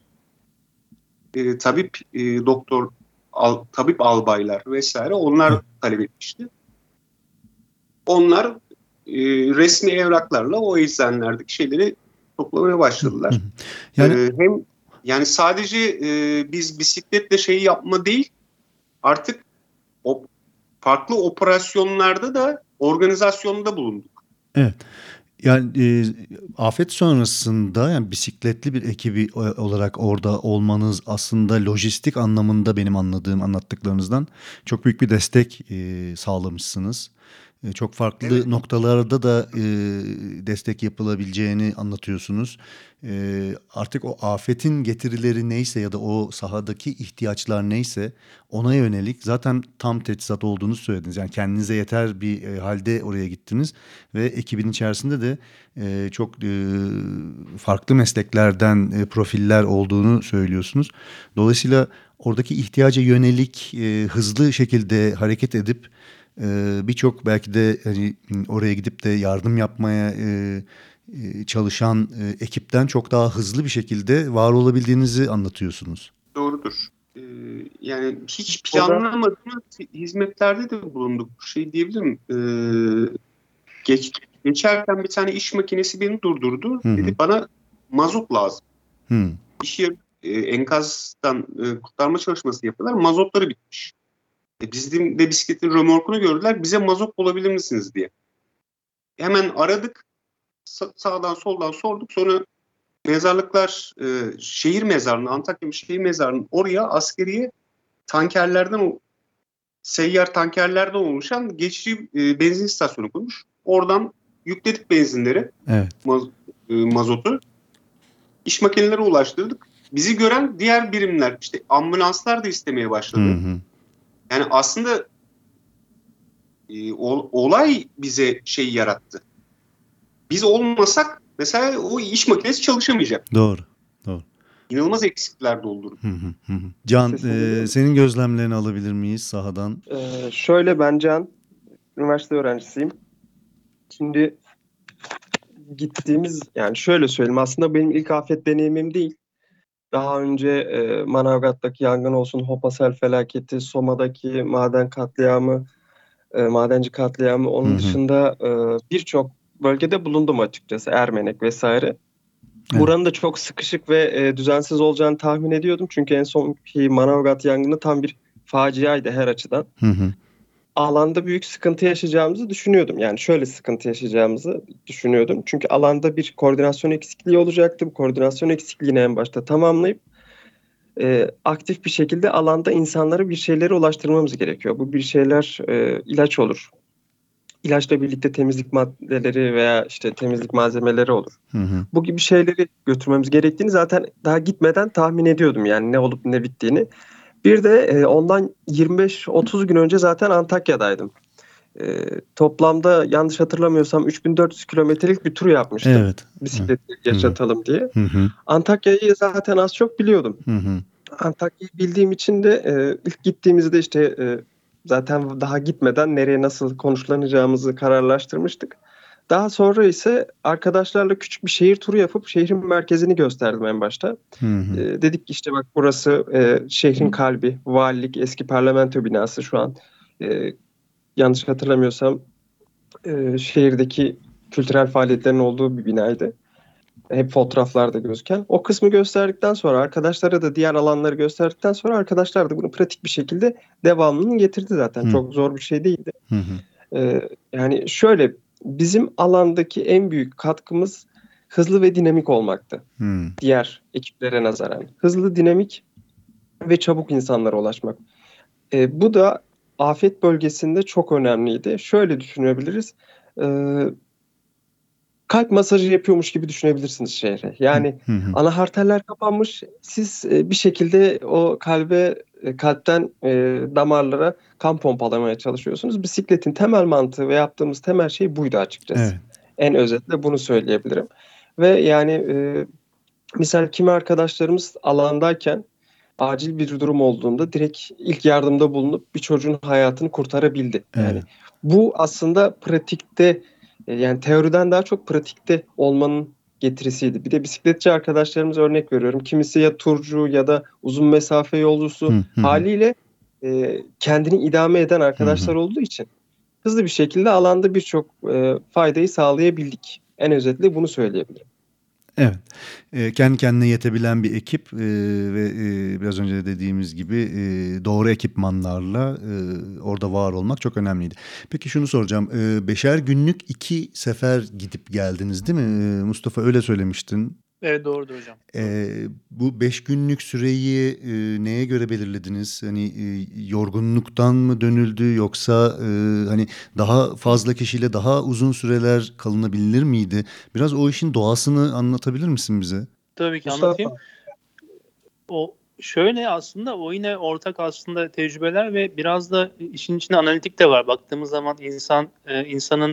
e, tabip e, doktor al, tabip albaylar vesaire onlar Hı. talep etmişti. Onlar e, resmi evraklarla o eczanelerdeki şeyleri toplamaya başladılar. Hı hı. Yani E, hem yani sadece e, biz bisikletle şeyi yapma değil, artık o farklı operasyonlarda da organizasyonda bulunduk. evet. Yani e, afet sonrasında yani bisikletli bir ekibi o- olarak orada olmanız aslında lojistik anlamında benim anladığım anlattıklarınızdan çok büyük bir destek e, sağlamışsınız. E, çok farklı Evet. noktalarda da e, destek yapılabileceğini anlatıyorsunuz. E, artık o afetin getirileri neyse ya da o sahadaki ihtiyaçlar neyse ona yönelik zaten tam teçhizat olduğunu söylediniz. Yani kendinize yeter bir e, halde oraya gittiniz ve ekibin içerisinde de e, çok e, farklı mesleklerden e, profiller olduğunu söylüyorsunuz. Dolayısıyla oradaki ihtiyaca yönelik e, hızlı şekilde hareket edip e, birçok belki de hani oraya gidip de yardım yapmaya e, e, çalışan e, ekipten çok daha hızlı bir şekilde var olabildiğinizi anlatıyorsunuz. Doğrudur. Ee, yani hiç Burada planlamadığımız hizmetlerde de bulunduk. Şey diyebilirim. Ee, geç, geçerken bir tane iş makinesi beni durdurdu. Hı hı. Dedi bana mazot lazım. Hı. İş yeri e, enkazdan e, kurtarma çalışması yapıyorlar. Mazotları bitmiş. E, bizim de bisikletin römorkunu gördüler. Bize mazot bulabilir misiniz diye. Hemen aradık. Sa- sağdan soldan sorduk. Sonra mezarlıklar, e, şehir mezarlığı, Antakya şehir mezarlığının oraya askeriye tankerlerden, o seyyar tankerlerden oluşan geçici e, benzin istasyonu kurmuş. Oradan yükledik benzinleri, Evet. maz, e, mazotu. İş makineleri ulaştırdık. Bizi gören diğer birimler, işte ambulanslar da istemeye başladı. Hı hı. Yani aslında e, ol, olay bize şey yarattı. Biz olmasak mesela o iş makinesi çalışamayacak. Doğru. Doğru. İnanılmaz eksikler doldurdu. Hı hı, hı hı. Can, sesini e, duyuyor musun? senin gözlemlerini alabilir miyiz sahadan? Ee, şöyle ben Can, üniversite öğrencisiyim. Şimdi gittiğimiz, yani şöyle söyleyeyim, aslında benim ilk afet deneyimim değil. Daha önce e, Manavgat'taki yangın olsun, Hopasel felaketi, Soma'daki maden katliamı, e, madenci katliamı, onun Hı hı. dışında e, birçok bölgede bulundum açıkçası, Ermenek vesaire. Evet. Buranın da çok sıkışık ve e, düzensiz olacağını tahmin ediyordum. Çünkü en sonki Manavgat yangını tam bir faciaydı her açıdan. Hı hı. Alanda büyük sıkıntı yaşayacağımızı düşünüyordum. Yani şöyle sıkıntı yaşayacağımızı düşünüyordum. Çünkü alanda bir koordinasyon eksikliği olacaktı. Bu koordinasyon eksikliğini en başta tamamlayıp e, aktif bir şekilde alanda insanlara bir şeyleri ulaştırmamız gerekiyor. Bu bir şeyler e, ilaç olur. İlaçla birlikte temizlik maddeleri veya işte temizlik malzemeleri olur. Hı hı. Bu gibi şeyleri götürmemiz gerektiğini zaten daha gitmeden tahmin ediyordum, yani ne olup ne bittiğini. Bir de e, ondan yirmi beş otuz gün önce zaten Antakya'daydım. E, toplamda yanlış hatırlamıyorsam üç bin dört yüz kilometrelik bir tur yapmıştım. Evet. Evet. Bisikleti yaşatalım diye. Hı hı. Antakya'yı zaten az çok biliyordum. Hı hı. Antakya'yı bildiğim için de e, ilk gittiğimizde işte e, zaten daha gitmeden nereye nasıl konuşlanacağımızı kararlaştırmıştık. Daha sonra ise arkadaşlarla küçük bir şehir turu yapıp şehrin merkezini gösterdim en başta. Hı hı. E, dedik ki işte bak burası e, şehrin kalbi, valilik, eski parlamento binası şu an. E, yanlış hatırlamıyorsam e, şehirdeki kültürel faaliyetlerin olduğu bir binaydı. Hep fotoğraflarda gözüken. O kısmı gösterdikten sonra, arkadaşlara da diğer alanları gösterdikten sonra, arkadaşlar da bunu pratik bir şekilde devamını getirdi zaten. Hı. Çok zor bir şey değildi. Hı hı. Ee, yani şöyle, bizim alandaki en büyük katkımız hızlı ve dinamik olmaktı. Hı. Diğer ekiplere nazaran. Hızlı, dinamik ve çabuk insanlara ulaşmak. Ee, bu da afet bölgesinde çok önemliydi. Şöyle düşünebiliriz. Ee, kalp masajı yapıyormuş gibi düşünebilirsiniz şehre. Yani Hı hı. ana arterler kapanmış. Siz e, bir şekilde o kalbe e, kalpten e, damarlara kan pompalamaya çalışıyorsunuz. Bisikletin temel mantığı ve yaptığımız temel şey buydu açıkçası. Evet. En özetle bunu söyleyebilirim. Ve yani e, misal kimi arkadaşlarımız alandayken acil bir durum olduğunda direkt ilk yardımda bulunup bir çocuğun hayatını kurtarabildi. Yani Evet. bu aslında pratikte, e, yani teoriden daha çok pratikte olmanın getirisiydi. Bir de bisikletçi arkadaşlarımız, örnek veriyorum. Kimisi ya turcu ya da uzun mesafe yolcusu, Hı hı. haliyle e, kendini idame eden arkadaşlar Hı hı. olduğu için hızlı bir şekilde alanda birçok e, faydayı sağlayabildik. En özetle bunu söyleyebilirim. Evet. E, kendi kendine yetebilen bir ekip e, ve e, biraz önce de dediğimiz gibi e, doğru ekipmanlarla e, orada var olmak çok önemliydi. Peki şunu soracağım. E, beşer günlük iki sefer gidip geldiniz değil mi? E, Mustafa öyle söylemiştin. Evet, doğrudur hocam. E, bu beş günlük süreyi e, neye göre belirlediniz? Hani e, yorgunluktan mı dönüldü, yoksa e, hani daha fazla kişiyle daha uzun süreler kalınabilir miydi? Biraz o işin doğasını anlatabilir misin bize? Tabii ki Mustafa, anlatayım. O şöyle, aslında o yine ortak aslında tecrübeler ve biraz da işin içinde analitik de var. Baktığımız zaman insan e, insanın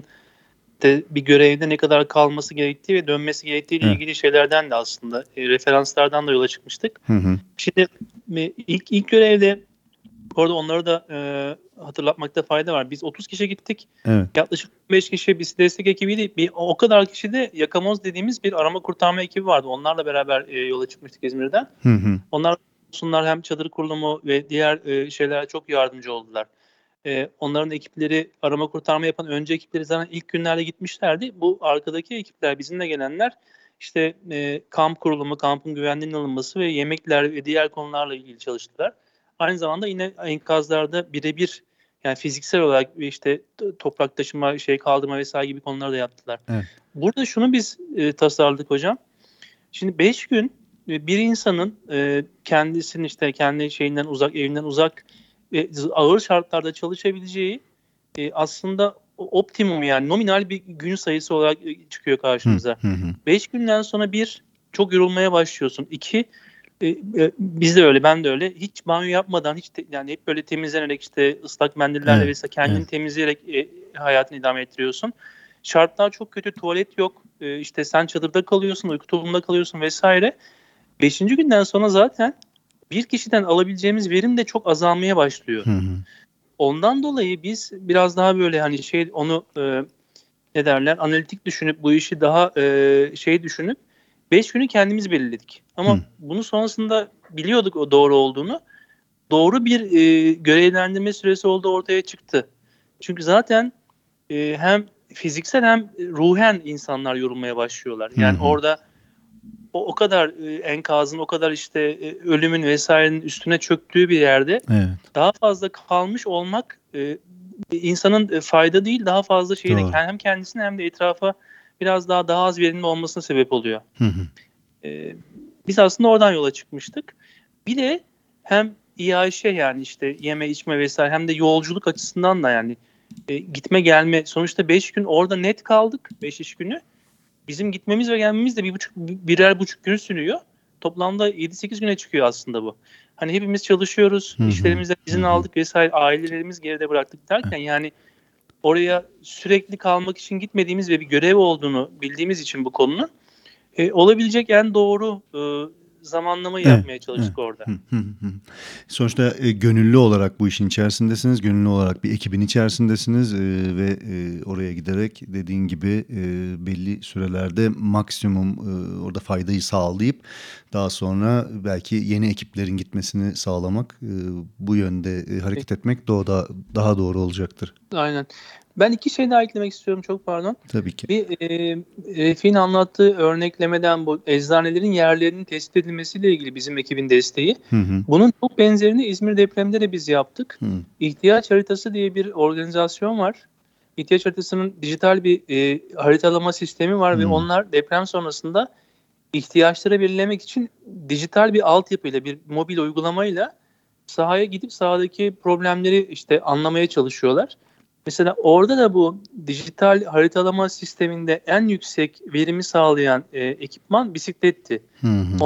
de bir görevde ne kadar kalması gerektiği ve dönmesi gerektiği ile Evet. ilgili şeylerden de aslında e, referanslardan da yola çıkmıştık. Hı hı. Şimdi e, ilk ilk görevde, orada onları da e, hatırlatmakta fayda var. Biz otuz kişi gittik. Evet. Yaklaşık beş kişi bir destek ekibiydi. Bir, o kadar kişi de Yakamoz dediğimiz bir arama kurtarma ekibi vardı. Onlarla beraber e, yola çıkmıştık İzmir'den. Hı hı. Onlar sunlar hem çadır kurulumu ve diğer e, şeylere çok yardımcı oldular. E, onların ekipleri, arama kurtarma yapan önce ekipleri zaten ilk günlerde gitmişlerdi. Bu arkadaki ekipler, bizimle gelenler işte e, kamp kurulumu, kampın güvenliğinin alınması ve yemekler ve diğer konularla ilgili çalıştılar. Aynı zamanda yine enkazlarda birebir, yani fiziksel olarak işte toprak taşıma, şey kaldırma vesaire gibi konuları da yaptılar. Evet. Burada şunu biz e, tasarladık hocam. Şimdi beş gün e, bir insanın e, kendisinin işte kendi şeyinden uzak, evinden uzak ve ağır şartlarda çalışabileceği e, aslında optimum, yani nominal bir gün sayısı olarak e, çıkıyor karşımıza. Hı hı. beş günden sonra bir, çok yorulmaya başlıyorsun. İki, e, e, biz de öyle, ben de öyle. Hiç banyo yapmadan, hiç te, yani hep böyle temizlenerek, işte ıslak mendillerle Evet, vesaire kendini evet. temizleyerek e, hayatını idame ettiriyorsun. Şartlar çok kötü, tuvalet yok. E, işte sen çadırda kalıyorsun, uyku tulumunda kalıyorsun vesaire. Beşinci günden sonra zaten bir kişiden alabileceğimiz verim de çok azalmaya başlıyor. Hı hı. Ondan dolayı biz biraz daha böyle hani şey, onu e, ne derler, analitik düşünüp bu işi daha e, şey düşünüp beş günü kendimiz belirledik. Ama Hı. bunu sonrasında biliyorduk o doğru olduğunu. Doğru bir e, görevlendirme süresi olduğu ortaya çıktı. Çünkü zaten e, hem fiziksel hem ruhen insanlar yorulmaya başlıyorlar. Yani Hı hı. orada o, o kadar e, enkazın, o kadar işte e, ölümün vesairenin üstüne çöktüğü bir yerde Evet. daha fazla kalmış olmak e, insanın e, fayda değil, daha fazla şeyi de Doğru. hem kendisine hem de etrafa biraz daha daha az verimli olmasına sebep oluyor. Hı hı. E, biz aslında oradan yola çıkmıştık. Bir de hem İAŞ, yani işte yeme içme vesaire, hem de yolculuk açısından da, yani e, gitme gelme, sonuçta beş gün orada net kaldık, beş iş günü. Bizim gitmemiz ve gelmemiz de bir buçuk, birer buçuk gün sürüyor. Toplamda yedi sekiz güne çıkıyor aslında bu. Hani hepimiz çalışıyoruz, Hı hı. işlerimizden izin Hı hı. aldık vesaire, ailelerimiz geride bıraktık derken, yani oraya sürekli kalmak için gitmediğimiz ve bir görev olduğunu bildiğimiz için bu konunun e, olabilecek en doğru e, zamanlamayı Evet, yapmaya evet. çalıştık orada. Hı hı hı. Sonuçta e, gönüllü olarak bu işin içerisindesiniz. Gönüllü olarak bir ekibin içerisindesiniz e, ve e, oraya giderek dediğin gibi e, belli sürelerde maksimum e, orada faydayı sağlayıp daha sonra belki yeni ekiplerin gitmesini sağlamak, e, bu yönde e, hareket etmek doğada daha doğru olacaktır. Aynen. Ben iki şey daha eklemek istiyorum, çok pardon. Tabii ki. Bir e, Refik'in anlattığı örneklemeden bu eczanelerin yerlerinin tespit edilmesiyle ilgili bizim ekibin desteği. Hı hı. Bunun çok benzerini İzmir depreminde de biz yaptık. Hı. İhtiyaç haritası diye bir organizasyon var. İhtiyaç haritasının dijital bir e, haritalama sistemi var Hı. ve onlar deprem sonrasında ihtiyaçları belirlemek için dijital bir altyapıyla, bir mobil uygulamayla sahaya gidip sahadaki problemleri işte anlamaya çalışıyorlar. Mesela orada da bu dijital haritalama sisteminde en yüksek verimi sağlayan e, ekipman bisikletti. Hı hı. Onlar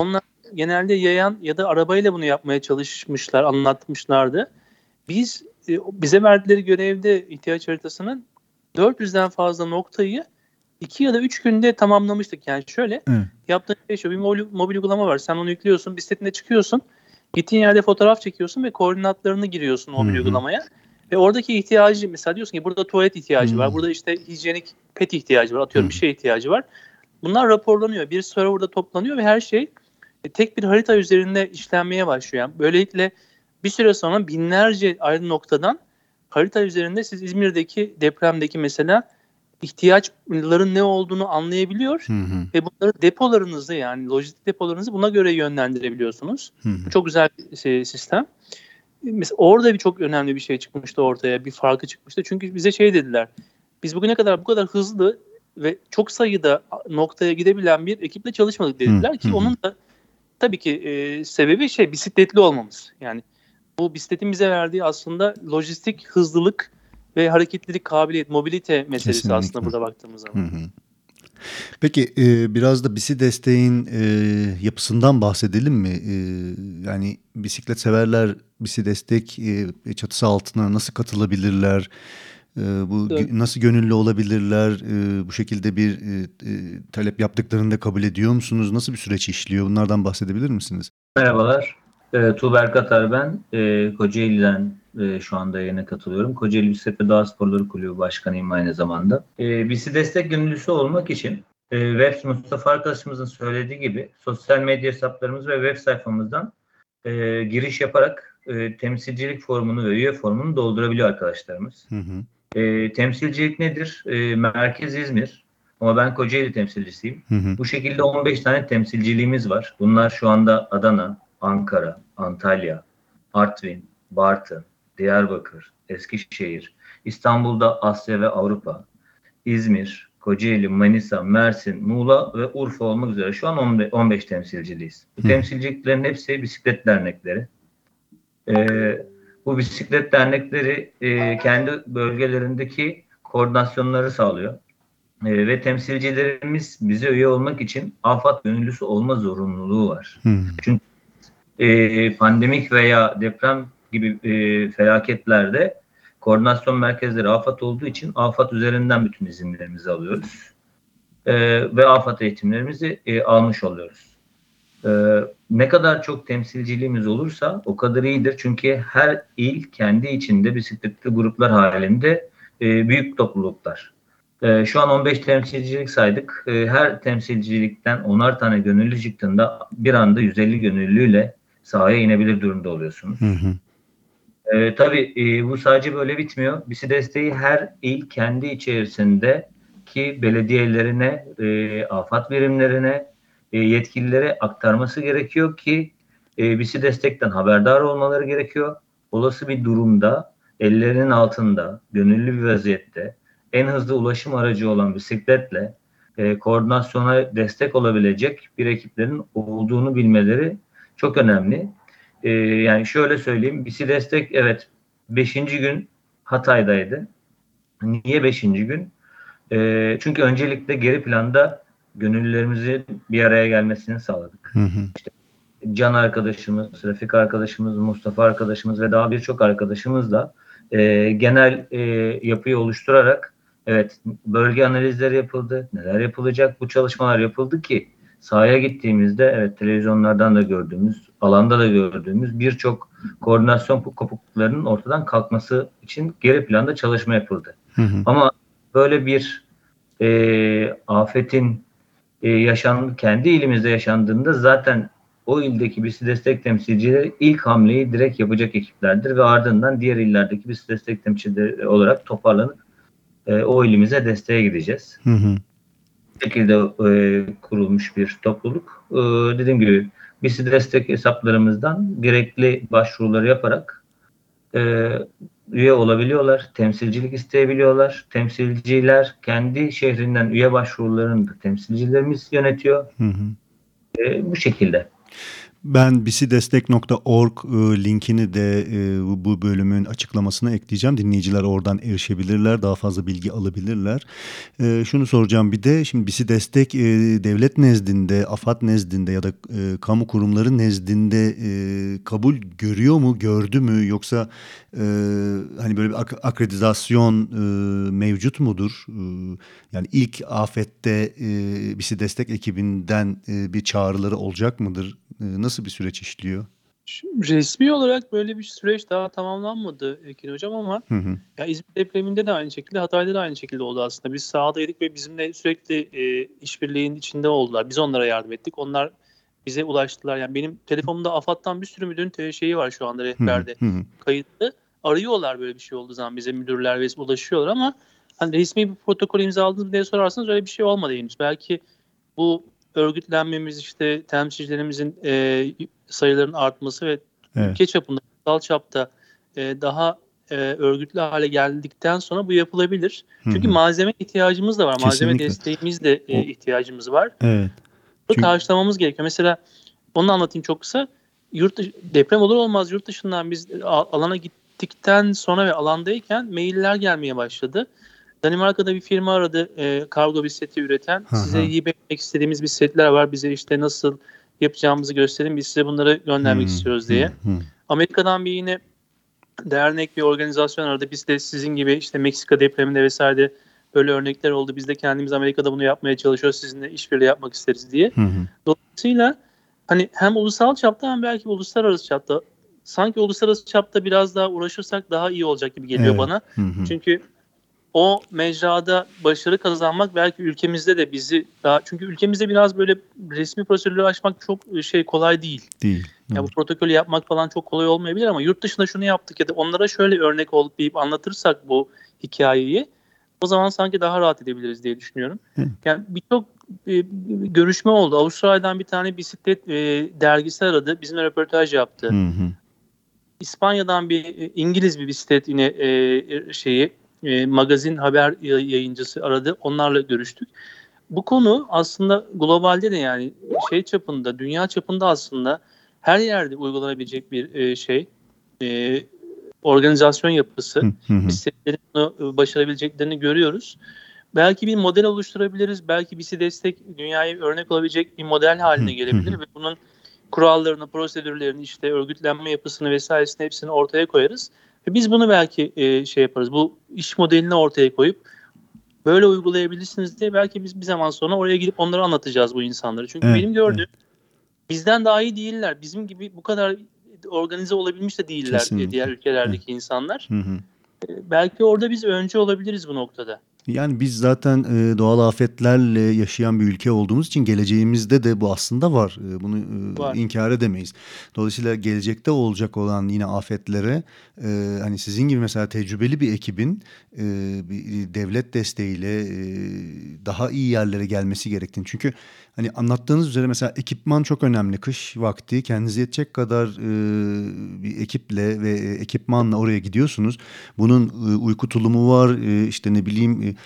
genelde yayan ya da arabayla bunu yapmaya çalışmışlar, anlatmışlardı. Biz e, bize verdikleri görevde ihtiyaç haritasının dört yüzden fazla noktayı iki ya da üç günde tamamlamıştık. Yani şöyle Evet. yaptığın şey şu, bir mobil, mobil uygulama var. Sen onu yüklüyorsun, bisikletine çıkıyorsun. Gittiğin yerde fotoğraf çekiyorsun ve koordinatlarını giriyorsun mobil Hı hı. uygulamaya. Ve oradaki ihtiyacı, mesela diyorsun ki burada tuvalet ihtiyacı Hı. var. Burada işte hijyenik pet ihtiyacı var. Atıyorum Hı. bir şey ihtiyacı var. Bunlar raporlanıyor. Bir serverda toplanıyor ve her şey e, tek bir harita üzerinde işlenmeye başlıyor. Yani böylelikle bir süre sonra binlerce ayrı noktadan harita üzerinde siz İzmir'deki depremdeki mesela ihtiyaçların ne olduğunu anlayabiliyor Hı hı. ve bunları depolarınızı, yani lojistik depolarınızı buna göre yönlendirebiliyorsunuz. Hı hı. Bu çok güzel bir şey- sistem. Mesela orada bir çok önemli bir şey çıkmıştı ortaya, bir farkı çıkmıştı. Çünkü bize şey dediler, biz bugüne kadar bu kadar hızlı ve çok sayıda noktaya gidebilen bir ekiple çalışmadık dediler Hı ki hı. onun da tabii ki e, sebebi şey bisikletli olmamız. Yani bu bisikletin bize verdiği aslında lojistik hızlılık ve hareketlilik, kabiliyet, mobilite meselesi Kesinlikle. aslında burada baktığımız zaman. Hı hı. Peki e, biraz da Bisi Destek'in e, yapısından bahsedelim mi? E, yani bisiklet severler Bisi Destek e, çatısı altına nasıl katılabilirler? E, bu Evet. gö- nasıl gönüllü olabilirler? E, bu şekilde bir e, e, talep yaptıklarında kabul ediyor musunuz? Nasıl bir süreç işliyor? Bunlardan bahsedebilir misiniz? Merhabalar, e, Tuğberk Atar ben. E, Kocaeli'den e, şu anda yayına katılıyorum. Kocaeli Bisiklet ve Doğa Sporları Kulübü Başkanıyım aynı zamanda. E, Bisi Destek gönüllüsü olmak için e, web Mustafa arkadaşımızın söylediği gibi sosyal medya hesaplarımız ve web sayfamızdan e, giriş yaparak e, temsilcilik formunu ve üye formunu doldurabiliyor arkadaşlarımız. Hı hı. E, temsilcilik nedir? E, merkez İzmir ama ben Kocaeli temsilcisiyim. Hı hı. Bu şekilde on beş tane temsilciliğimiz var. Bunlar şu anda Adana, Ankara, Antalya, Artvin, Bartın, Diyarbakır, Eskişehir, İstanbul'da Asya ve Avrupa, İzmir, Kocaeli, Manisa, Mersin, Muğla ve Urfa olmak üzere şu an on beş temsilciliyiz. Bu Hı. temsilciliklerin hepsi bisiklet dernekleri. Ee, bu bisiklet dernekleri e, kendi bölgelerindeki koordinasyonları sağlıyor. E, ve temsilcilerimiz bize üye olmak için AFAD gönüllüsü olma zorunluluğu var. Hı. Çünkü e, pandemik veya deprem gibi e, felaketlerde koordinasyon merkezleri AFAD olduğu için AFAD üzerinden bütün izinlerimizi alıyoruz. E, ve AFAD eğitimlerimizi e, almış oluyoruz. E, ne kadar çok temsilciliğimiz olursa o kadar iyidir. Çünkü her il kendi içinde bisikletli gruplar halinde e, büyük topluluklar. Ee, şu an on beş temsilcilik saydık. Ee, her temsilcilikten onar tane gönüllü çıktığında bir anda yüz elli gönüllüyle sahaya inebilir durumda oluyorsunuz. Hı hı. Ee, tabii e, bu sadece böyle bitmiyor. Bisi desteği her il kendi içerisindeki belediyelerine, e, afat birimlerine, e, yetkililere aktarması gerekiyor ki e, Bisi destekten haberdar olmaları gerekiyor. Olası bir durumda ellerinin altında, gönüllü bir vaziyette en hızlı ulaşım aracı olan bisikletle e, koordinasyona destek olabilecek bir ekiplerin olduğunu bilmeleri çok önemli. Ee, yani şöyle söyleyeyim, Bisi Destek evet beşinci gün Hatay'daydı. Niye beşinci gün? Ee, çünkü öncelikle geri planda gönüllülerimizin bir araya gelmesini sağladık. Hı hı. Can arkadaşımız, Refik arkadaşımız, Mustafa arkadaşımız ve daha birçok arkadaşımızla e, genel e, yapıyı oluşturarak evet bölge analizleri yapıldı. Neler yapılacak? Bu çalışmalar yapıldı ki sahaya gittiğimizde evet televizyonlardan da gördüğümüz, alanda da gördüğümüz birçok koordinasyon kopukluklarının ortadan kalkması için geri planda çalışma yapıldı. Hı hı. Ama böyle bir e, afetin e, yaşan, kendi ilimizde yaşandığında zaten o ildeki Bisi Destek temsilcileri ilk hamleyi direkt yapacak ekiplerdir ve ardından diğer illerdeki Bisi Destek temsilcileri olarak toparlanıp e, o ilimize desteğe gideceğiz. Hı hı. Bu şekilde e, kurulmuş bir topluluk. E, dediğim gibi Bisi Destek hesaplarımızdan gerekli başvuruları yaparak e, üye olabiliyorlar, temsilcilik isteyebiliyorlar. Temsilciler kendi şehrinden üye başvurularını da temsilcilerimiz yönetiyor. Hı hı. E, bu şekilde. Ben bisidestek nokta org e, linkini de e, bu bu bölümün açıklamasına ekleyeceğim. Dinleyiciler oradan erişebilirler, daha fazla bilgi alabilirler. E, şunu soracağım bir de, şimdi Bisidestek e, devlet nezdinde, AFAD nezdinde ya da e, kamu kurumları nezdinde e, kabul görüyor mu, gördü mü, yoksa e, hani böyle bir ak- akreditasyon e, mevcut mudur? E, yani ilk afette e, Bisidestek ekibinden e, bir çağrıları olacak mıdır? E, Nasıl bir süreç işliyor? Şimdi resmi olarak böyle bir süreç daha tamamlanmadı Ekin Hocam ama Hı hı. ya İzmir depreminde de aynı şekilde, Hatay'da da aynı şekilde oldu aslında. Biz sahadaydık ve bizimle sürekli e, işbirliğinin içinde oldular. Biz onlara yardım ettik. Onlar bize ulaştılar. Yani benim telefonumda AFAD'dan bir sürü müdürün te- şeyi var şu anda Hı hı. rehberde Hı hı. kayıtlı. Arıyorlar böyle bir şey olduğu zaman bize, müdürler ve ulaşıyorlar ama hani resmi bir protokol imzaladınız mı diye sorarsanız öyle bir şey olmadı henüz. Belki bu örgütlenmemiz, işte temsilcilerimizin e, sayılarının artması ve Evet. ülke çapında, ulusal çapta e, daha e, örgütlü hale geldikten sonra bu yapılabilir. Hı Çünkü hı. malzeme ihtiyacımız da var. Malzeme Kesinlikle. desteğimiz de e, O, ihtiyacımız var. evet. Bunu Çünkü karşılamamız gerekiyor. Mesela onu anlatayım çok kısa. Yurt dışı, deprem olur olmaz yurt dışından biz a- alana gittikten sonra ve alandayken mailler gelmeye başladı. Danimarka'da bir firma aradı, e, kargo bisikleti üreten. hı Size hı. hibe etmek istediğimiz bisikletler var. Bize işte nasıl yapacağımızı gösterin. Biz size bunları göndermek Hı istiyoruz hı diye. hı. Amerika'dan bir yine dernek, bir organizasyon aradı. Biz de sizin gibi işte Meksika depreminde vesaire böyle örnekler oldu. Biz de kendimiz Amerika'da bunu yapmaya çalışıyoruz. Sizinle işbirliği yapmak isteriz diye. Hı hı. Dolayısıyla hani hem ulusal çapta hem belki uluslararası çapta, sanki uluslararası çapta biraz daha uğraşırsak daha iyi olacak gibi geliyor Evet. bana. Hı hı. Çünkü o mecrada başarı kazanmak belki ülkemizde de bizi daha, çünkü ülkemizde biraz böyle resmi prosedürleri aşmak çok şey kolay değil. Değil. Ya bu Doğru. protokolü yapmak falan çok kolay olmayabilir ama yurt dışında şunu yaptık ya da onlara şöyle örnek olup deyip anlatırsak bu hikayeyi, o zaman sanki daha rahat edebiliriz diye düşünüyorum. Evet. Yani birçok e, görüşme oldu. Avustralya'dan bir tane bisiklet e, dergisi aradı. Bizimle röportaj yaptı. Hı hı. İspanya'dan bir e, İngiliz bir bisiklet yine e, şeyi e, magazin haber yayıncısı aradı. Onlarla görüştük. Bu konu aslında globalde de, yani şey çapında, dünya çapında aslında her yerde uygulanabilecek bir e, şey. E, organizasyon yapısı. Hı hı. Bisikletlerin bunu e, başarabileceklerini görüyoruz. Belki bir model oluşturabiliriz. Belki bizi destek, dünyaya örnek olabilecek bir model haline Hı hı. gelebilir ve bunun kurallarını, prosedürlerini, işte örgütlenme yapısını vesairesini hepsini ortaya koyarız. Ve biz bunu belki e, şey yaparız. Bu iş modelini ortaya koyup böyle uygulayabilirsiniz diye belki biz bir zaman sonra oraya gidip onları anlatacağız bu insanları. Çünkü Evet. benim Evet. gördüğüm bizden daha iyi değiller. Bizim gibi bu kadar organize olabilmiş de değiller e, diğer Kesinlikle. Evet. ülkelerdeki insanlar. Hı hı. E, belki orada biz öncü olabiliriz bu noktada. Yani biz zaten e, doğal afetlerle yaşayan bir ülke olduğumuz için geleceğimizde de bu aslında var. E, bunu e, Var. inkar edemeyiz. Dolayısıyla gelecekte olacak olan yine afetlere e, hani sizin gibi mesela tecrübeli bir ekibin e, bir devlet desteğiyle e, daha iyi yerlere gelmesi gerektiğini. Çünkü hani anlattığınız üzere mesela ekipman çok önemli. Kış vakti kendinize yetecek kadar e, bir ekiple ve e, ekipmanla oraya gidiyorsunuz. Bunun e, uyku tulumu var, e, işte ne bileyim e,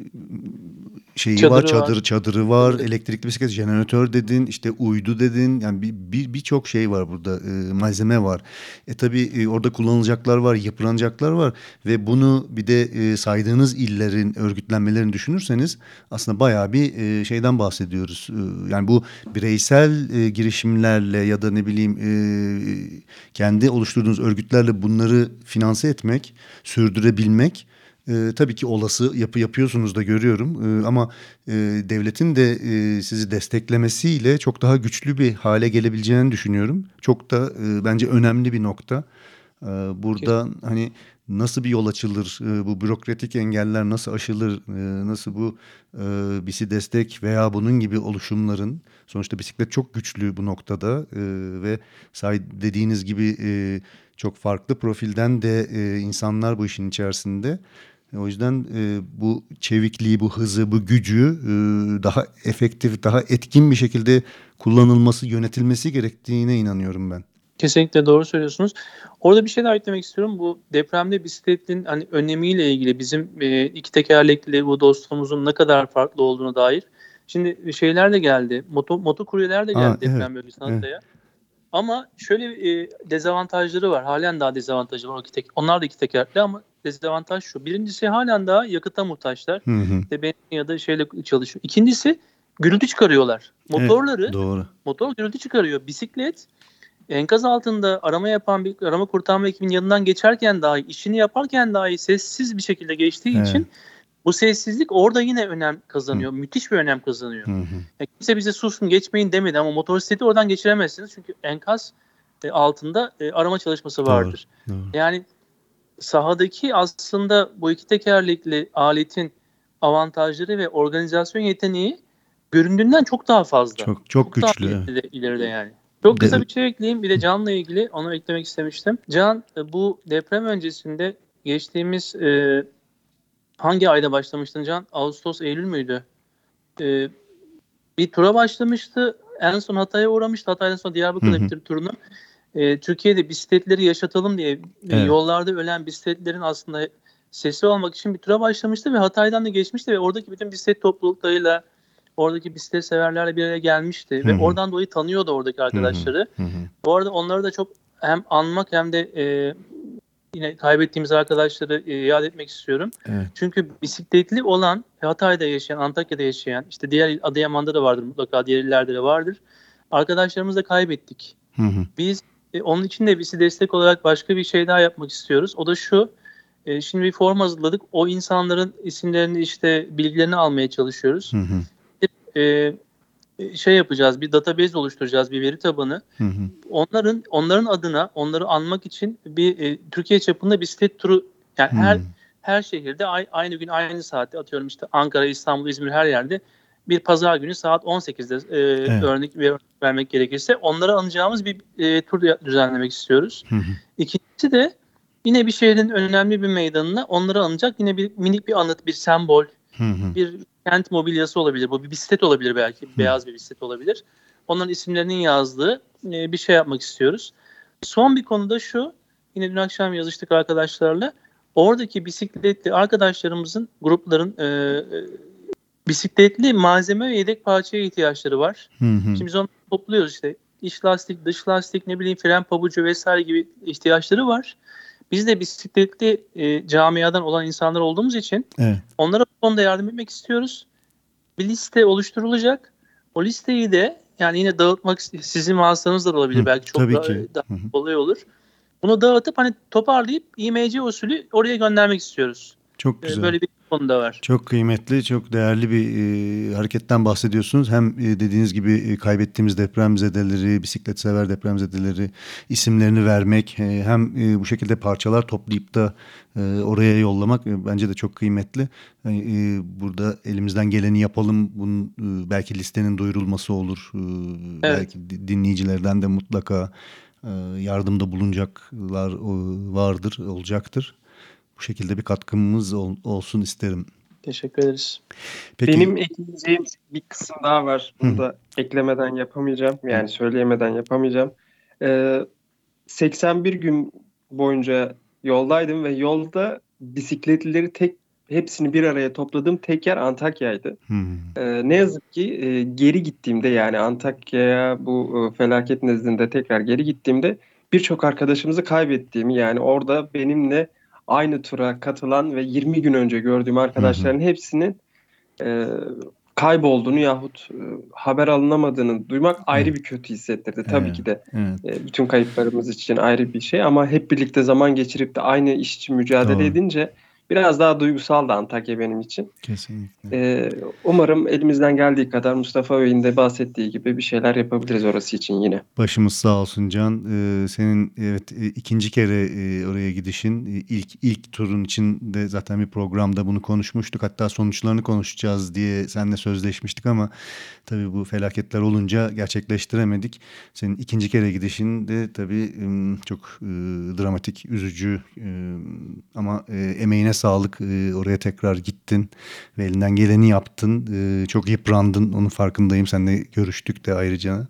şeyi var, Çadırı var. çadırı çadırı var, Evet. elektrikli bisiklet, jeneratör dedin, işte uydu dedin. Yani bir bir birçok şey var burada, e, malzeme var. E tabii e, orada kullanılacaklar var, yıpranacaklar var ve bunu bir de e, saydığınız illerin örgütlenmelerini düşünürseniz aslında bayağı bir e, şeyden bahsediyoruz. E, yani bu bireysel e, girişimlerle ya da ne bileyim e, kendi oluşturduğunuz örgütlerle bunları finanse etmek, sürdürebilmek e, tabii ki olası, yapı yapıyorsunuz da görüyorum. E, ama e, devletin de e, sizi desteklemesiyle çok daha güçlü bir hale gelebileceğini düşünüyorum. Çok da e, bence önemli bir nokta. E, burada hani nasıl bir yol açılır, e, bu bürokratik engeller nasıl aşılır, e, nasıl bu e, bisi destek veya bunun gibi oluşumların, sonuçta bisiklet çok güçlü bu noktada e, ve say dediğiniz gibi e, çok farklı profilden de e, insanlar bu işin içerisinde. O yüzden e, bu çevikliği, bu hızı, bu gücü e, daha efektif, daha etkin bir şekilde kullanılması, yönetilmesi gerektiğine inanıyorum ben. Kesinlikle doğru söylüyorsunuz. Orada bir şey daha eklemek istiyorum. Bu depremde bisikletin hani önemiyle ilgili bizim e, iki tekerlekli bu dostluğumuzun ne kadar farklı olduğuna dair. Şimdi şeyler de geldi. Moto, motokuryeler de Aa, geldi evet, deprem bölgesine evet. Hatay'a. Ama şöyle e, dezavantajları var. Halen daha dezavantajı var. O iki tek, onlar da iki tekerlekli ama dezavantaj şu. Birincisi halen daha yakıta muhtaçlar. Hı hı. İşte benzin ya da şeyle çalışıyor. İkincisi gürültü çıkarıyorlar. Motorları, Evet, doğru. motor gürültü çıkarıyor. Bisiklet enkaz altında arama yapan bir arama kurtarma ekibinin yanından geçerken dahi, işini yaparken dahi sessiz bir şekilde geçtiği Evet. için bu sessizlik orada yine önem kazanıyor. Hı. Müthiş bir önem kazanıyor. Hı hı. Yani kimse bize susun geçmeyin demedi ama motosikleti oradan geçiremezsiniz. Çünkü enkaz e, altında e, arama çalışması vardır. Doğru, doğru. Yani sahadaki aslında bu iki tekerlekli aletin avantajları ve organizasyon yeteneği göründüğünden çok daha fazla. Çok çok, çok güçlü. Daha ileride, ileride yani. Çok kısa bir şey ekleyeyim. Bir de Can'la ilgili onu eklemek istemiştim. Can bu deprem öncesinde geçtiğimiz e, hangi ayda başlamıştın Can? Ağustos, Eylül müydü? E, bir tura başlamıştı. En son Hatay'a uğramıştı. Hatay'dan sonra Diyarbakır'da bitirdi turunu. E, Türkiye'de bisikletleri yaşatalım diye evet. Yollarda ölen bisikletlerin aslında sesi olmak için bir tura başlamıştı ve Hatay'dan da geçmişti ve oradaki bütün bisiklet topluluklarıyla, oradaki bisiklet severlerle bir araya gelmişti. Hı-hı. Ve oradan dolayı tanıyordu oradaki arkadaşları. Hı-hı. Bu arada onları da çok hem anmak hem de e, yine kaybettiğimiz arkadaşları e, yad etmek istiyorum. Evet. Çünkü bisikletli olan, Hatay'da yaşayan, Antakya'da yaşayan, işte diğer Adıyaman'da da vardır mutlaka, diğer illerde de vardır. Arkadaşlarımızı da kaybettik. Hı-hı. Biz e, onun için de bizi destek olarak başka bir şey daha yapmak istiyoruz. O da şu, e, şimdi bir form hazırladık. O insanların isimlerini, işte bilgilerini almaya çalışıyoruz. Hı hı. E, şey yapacağız, bir database oluşturacağız, bir veri tabanı. Hı hı. Onların onların adına, onları anmak için bir e, Türkiye çapında bisiklet turu, yani hı. her her şehirde aynı gün aynı saatte, atıyorum işte Ankara, İstanbul, İzmir, her yerde bir pazar günü saat on sekizde e, evet. örnek, örnek vermek gerekirse onlara anacağımız bir e, tur düzenlemek istiyoruz. Hı hı. İkincisi de yine bir şehrin önemli bir meydanına onları anacak yine bir minik bir anıt, bir sembol, hı hı. bir kent mobilyası olabilir. Bu bir bisiklet olabilir belki. Hı. Beyaz bir bisiklet olabilir. Onların isimlerinin yazdığı e, bir şey yapmak istiyoruz. Son bir konu da şu. Yine dün akşam yazıştık arkadaşlarla. Oradaki bisikletli arkadaşlarımızın, grupların e, e, bisikletli malzeme ve yedek parçaya ihtiyaçları var. Hı hı. Şimdi biz onu topluyoruz işte. İç lastik, dış lastik, ne bileyim fren pabucu vesaire gibi ihtiyaçları var. Biz de bisikletli e, camiadan olan insanlar olduğumuz için evet. onlara bu konuda yardım etmek istiyoruz. Bir liste oluşturulacak. O listeyi de yani yine dağıtmak, sizin vasıtanızla da olabilir. Hı, belki çok daha, daha kolay olur. Bunu dağıtıp hani toparlayıp İ M C usulü oraya göndermek istiyoruz. Çok güzel. Böyle bir konu da var. Çok kıymetli, çok değerli bir e, hareketten bahsediyorsunuz. Hem e, dediğiniz gibi e, kaybettiğimiz depremzedeleri, bisiklet sever depremzedeleri isimlerini vermek, e, hem e, bu şekilde parçalar toplayıp da e, oraya yollamak e, bence de çok kıymetli. Yani, e, burada elimizden geleni yapalım. Bunun e, belki listenin duyurulması olur. E, evet. Belki dinleyicilerden de mutlaka e, yardımda bulunacaklar e, vardır, olacaktır. Bu şekilde bir katkımız ol, olsun isterim. Teşekkür ederiz. Peki. Benim ekleyeceğim bir kısım daha var. Bunu da eklemeden yapamayacağım. Yani Hı. söyleyemeden yapamayacağım. Ee, seksen bir gün boyunca yoldaydım ve yolda bisikletlileri tek hepsini bir araya topladığım tek yer Antakya'ydı. Ee, ne yazık ki e, geri gittiğimde, yani Antakya'ya bu e, felaket nezdinde tekrar geri gittiğimde birçok arkadaşımızı kaybettiğimi, yani orada benimle aynı tura katılan ve yirmi gün önce gördüğüm arkadaşların hı hı. hepsinin e, kaybolduğunu yahut e, haber alınamadığını duymak ayrı bir kötü hissettirdi. Evet. Tabii ki de evet. e, bütün kayıplarımız için ayrı bir şey, ama hep birlikte zaman geçirip de aynı iş için mücadele Doğru. edince biraz daha duygusal da Antakya benim için. Kesinlikle. E, umarım elimizden geldiği kadar Mustafa Bey'in de bahsettiği gibi bir şeyler yapabiliriz orası için yine. Başımız sağ olsun Can. Ee, senin evet ikinci kere e, oraya gidişin, ilk ilk turun içinde zaten bir programda bunu konuşmuştuk. Hatta sonuçlarını konuşacağız diye seninle sözleşmiştik ama tabii bu felaketler olunca gerçekleştiremedik. Senin ikinci kere gidişin de tabii çok e, dramatik, üzücü e, ama e, emeğine sağlık. E, oraya tekrar gittin ve elinden geleni yaptın. E, çok yıprandın, onun farkındayım. Seninle görüştük de ayrıca.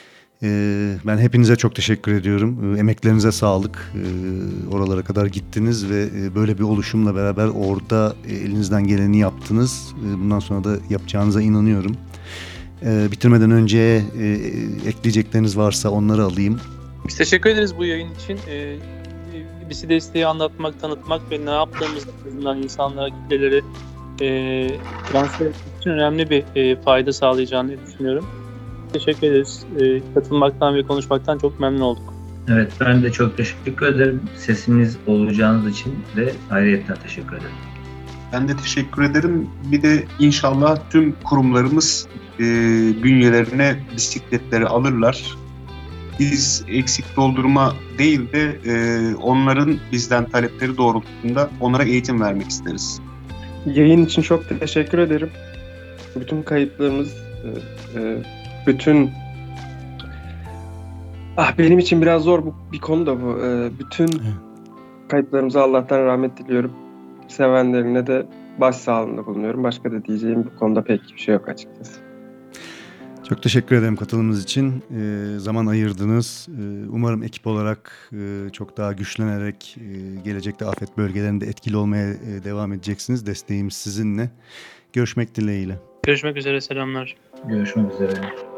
E, ben hepinize çok teşekkür ediyorum. E, emeklerinize sağlık. E, oralara kadar gittiniz ve e, böyle bir oluşumla beraber orada e, elinizden geleni yaptınız. E, bundan sonra da yapacağınıza inanıyorum. Ee, bitirmeden önce e, ekleyecekleriniz varsa onları alayım. Biz teşekkür ederiz bu yayın için. Ee, bizi desteği anlatmak, tanıtmak ve ne yaptığımız açısından insanlara, kitleleri e, transfer etmek için önemli bir e, fayda sağlayacağını düşünüyorum. Teşekkür ederiz. E, katılmaktan ve konuşmaktan çok memnun olduk. Evet, ben de çok teşekkür ederim. Sesimiz olacağınız için de ayrıyetten teşekkür ederim. Ben de teşekkür ederim. Bir de inşallah tüm kurumlarımız e, bünyelerine bisikletleri alırlar. Biz eksik doldurma değil de e, onların bizden talepleri doğrultusunda onlara eğitim vermek isteriz. Yayın için çok teşekkür ederim. Bütün kayıtlarımız, e, e, bütün... Ah, benim için biraz zor bu, bir konu da bu. E, bütün kayıplarımıza Allah'tan rahmet diliyorum. Sevenlerine de başsağlığında bulunuyorum. Başka da diyeceğim bu konuda pek bir şey yok açıkçası. Çok teşekkür ederim katılımınız için. Ee, zaman ayırdınız. Ee, umarım ekip olarak e, çok daha güçlenerek e, gelecekte afet bölgelerinde etkili olmaya e, devam edeceksiniz. Desteğimiz sizinle. Görüşmek dileğiyle. Görüşmek üzere, selamlar. Görüşmek üzere.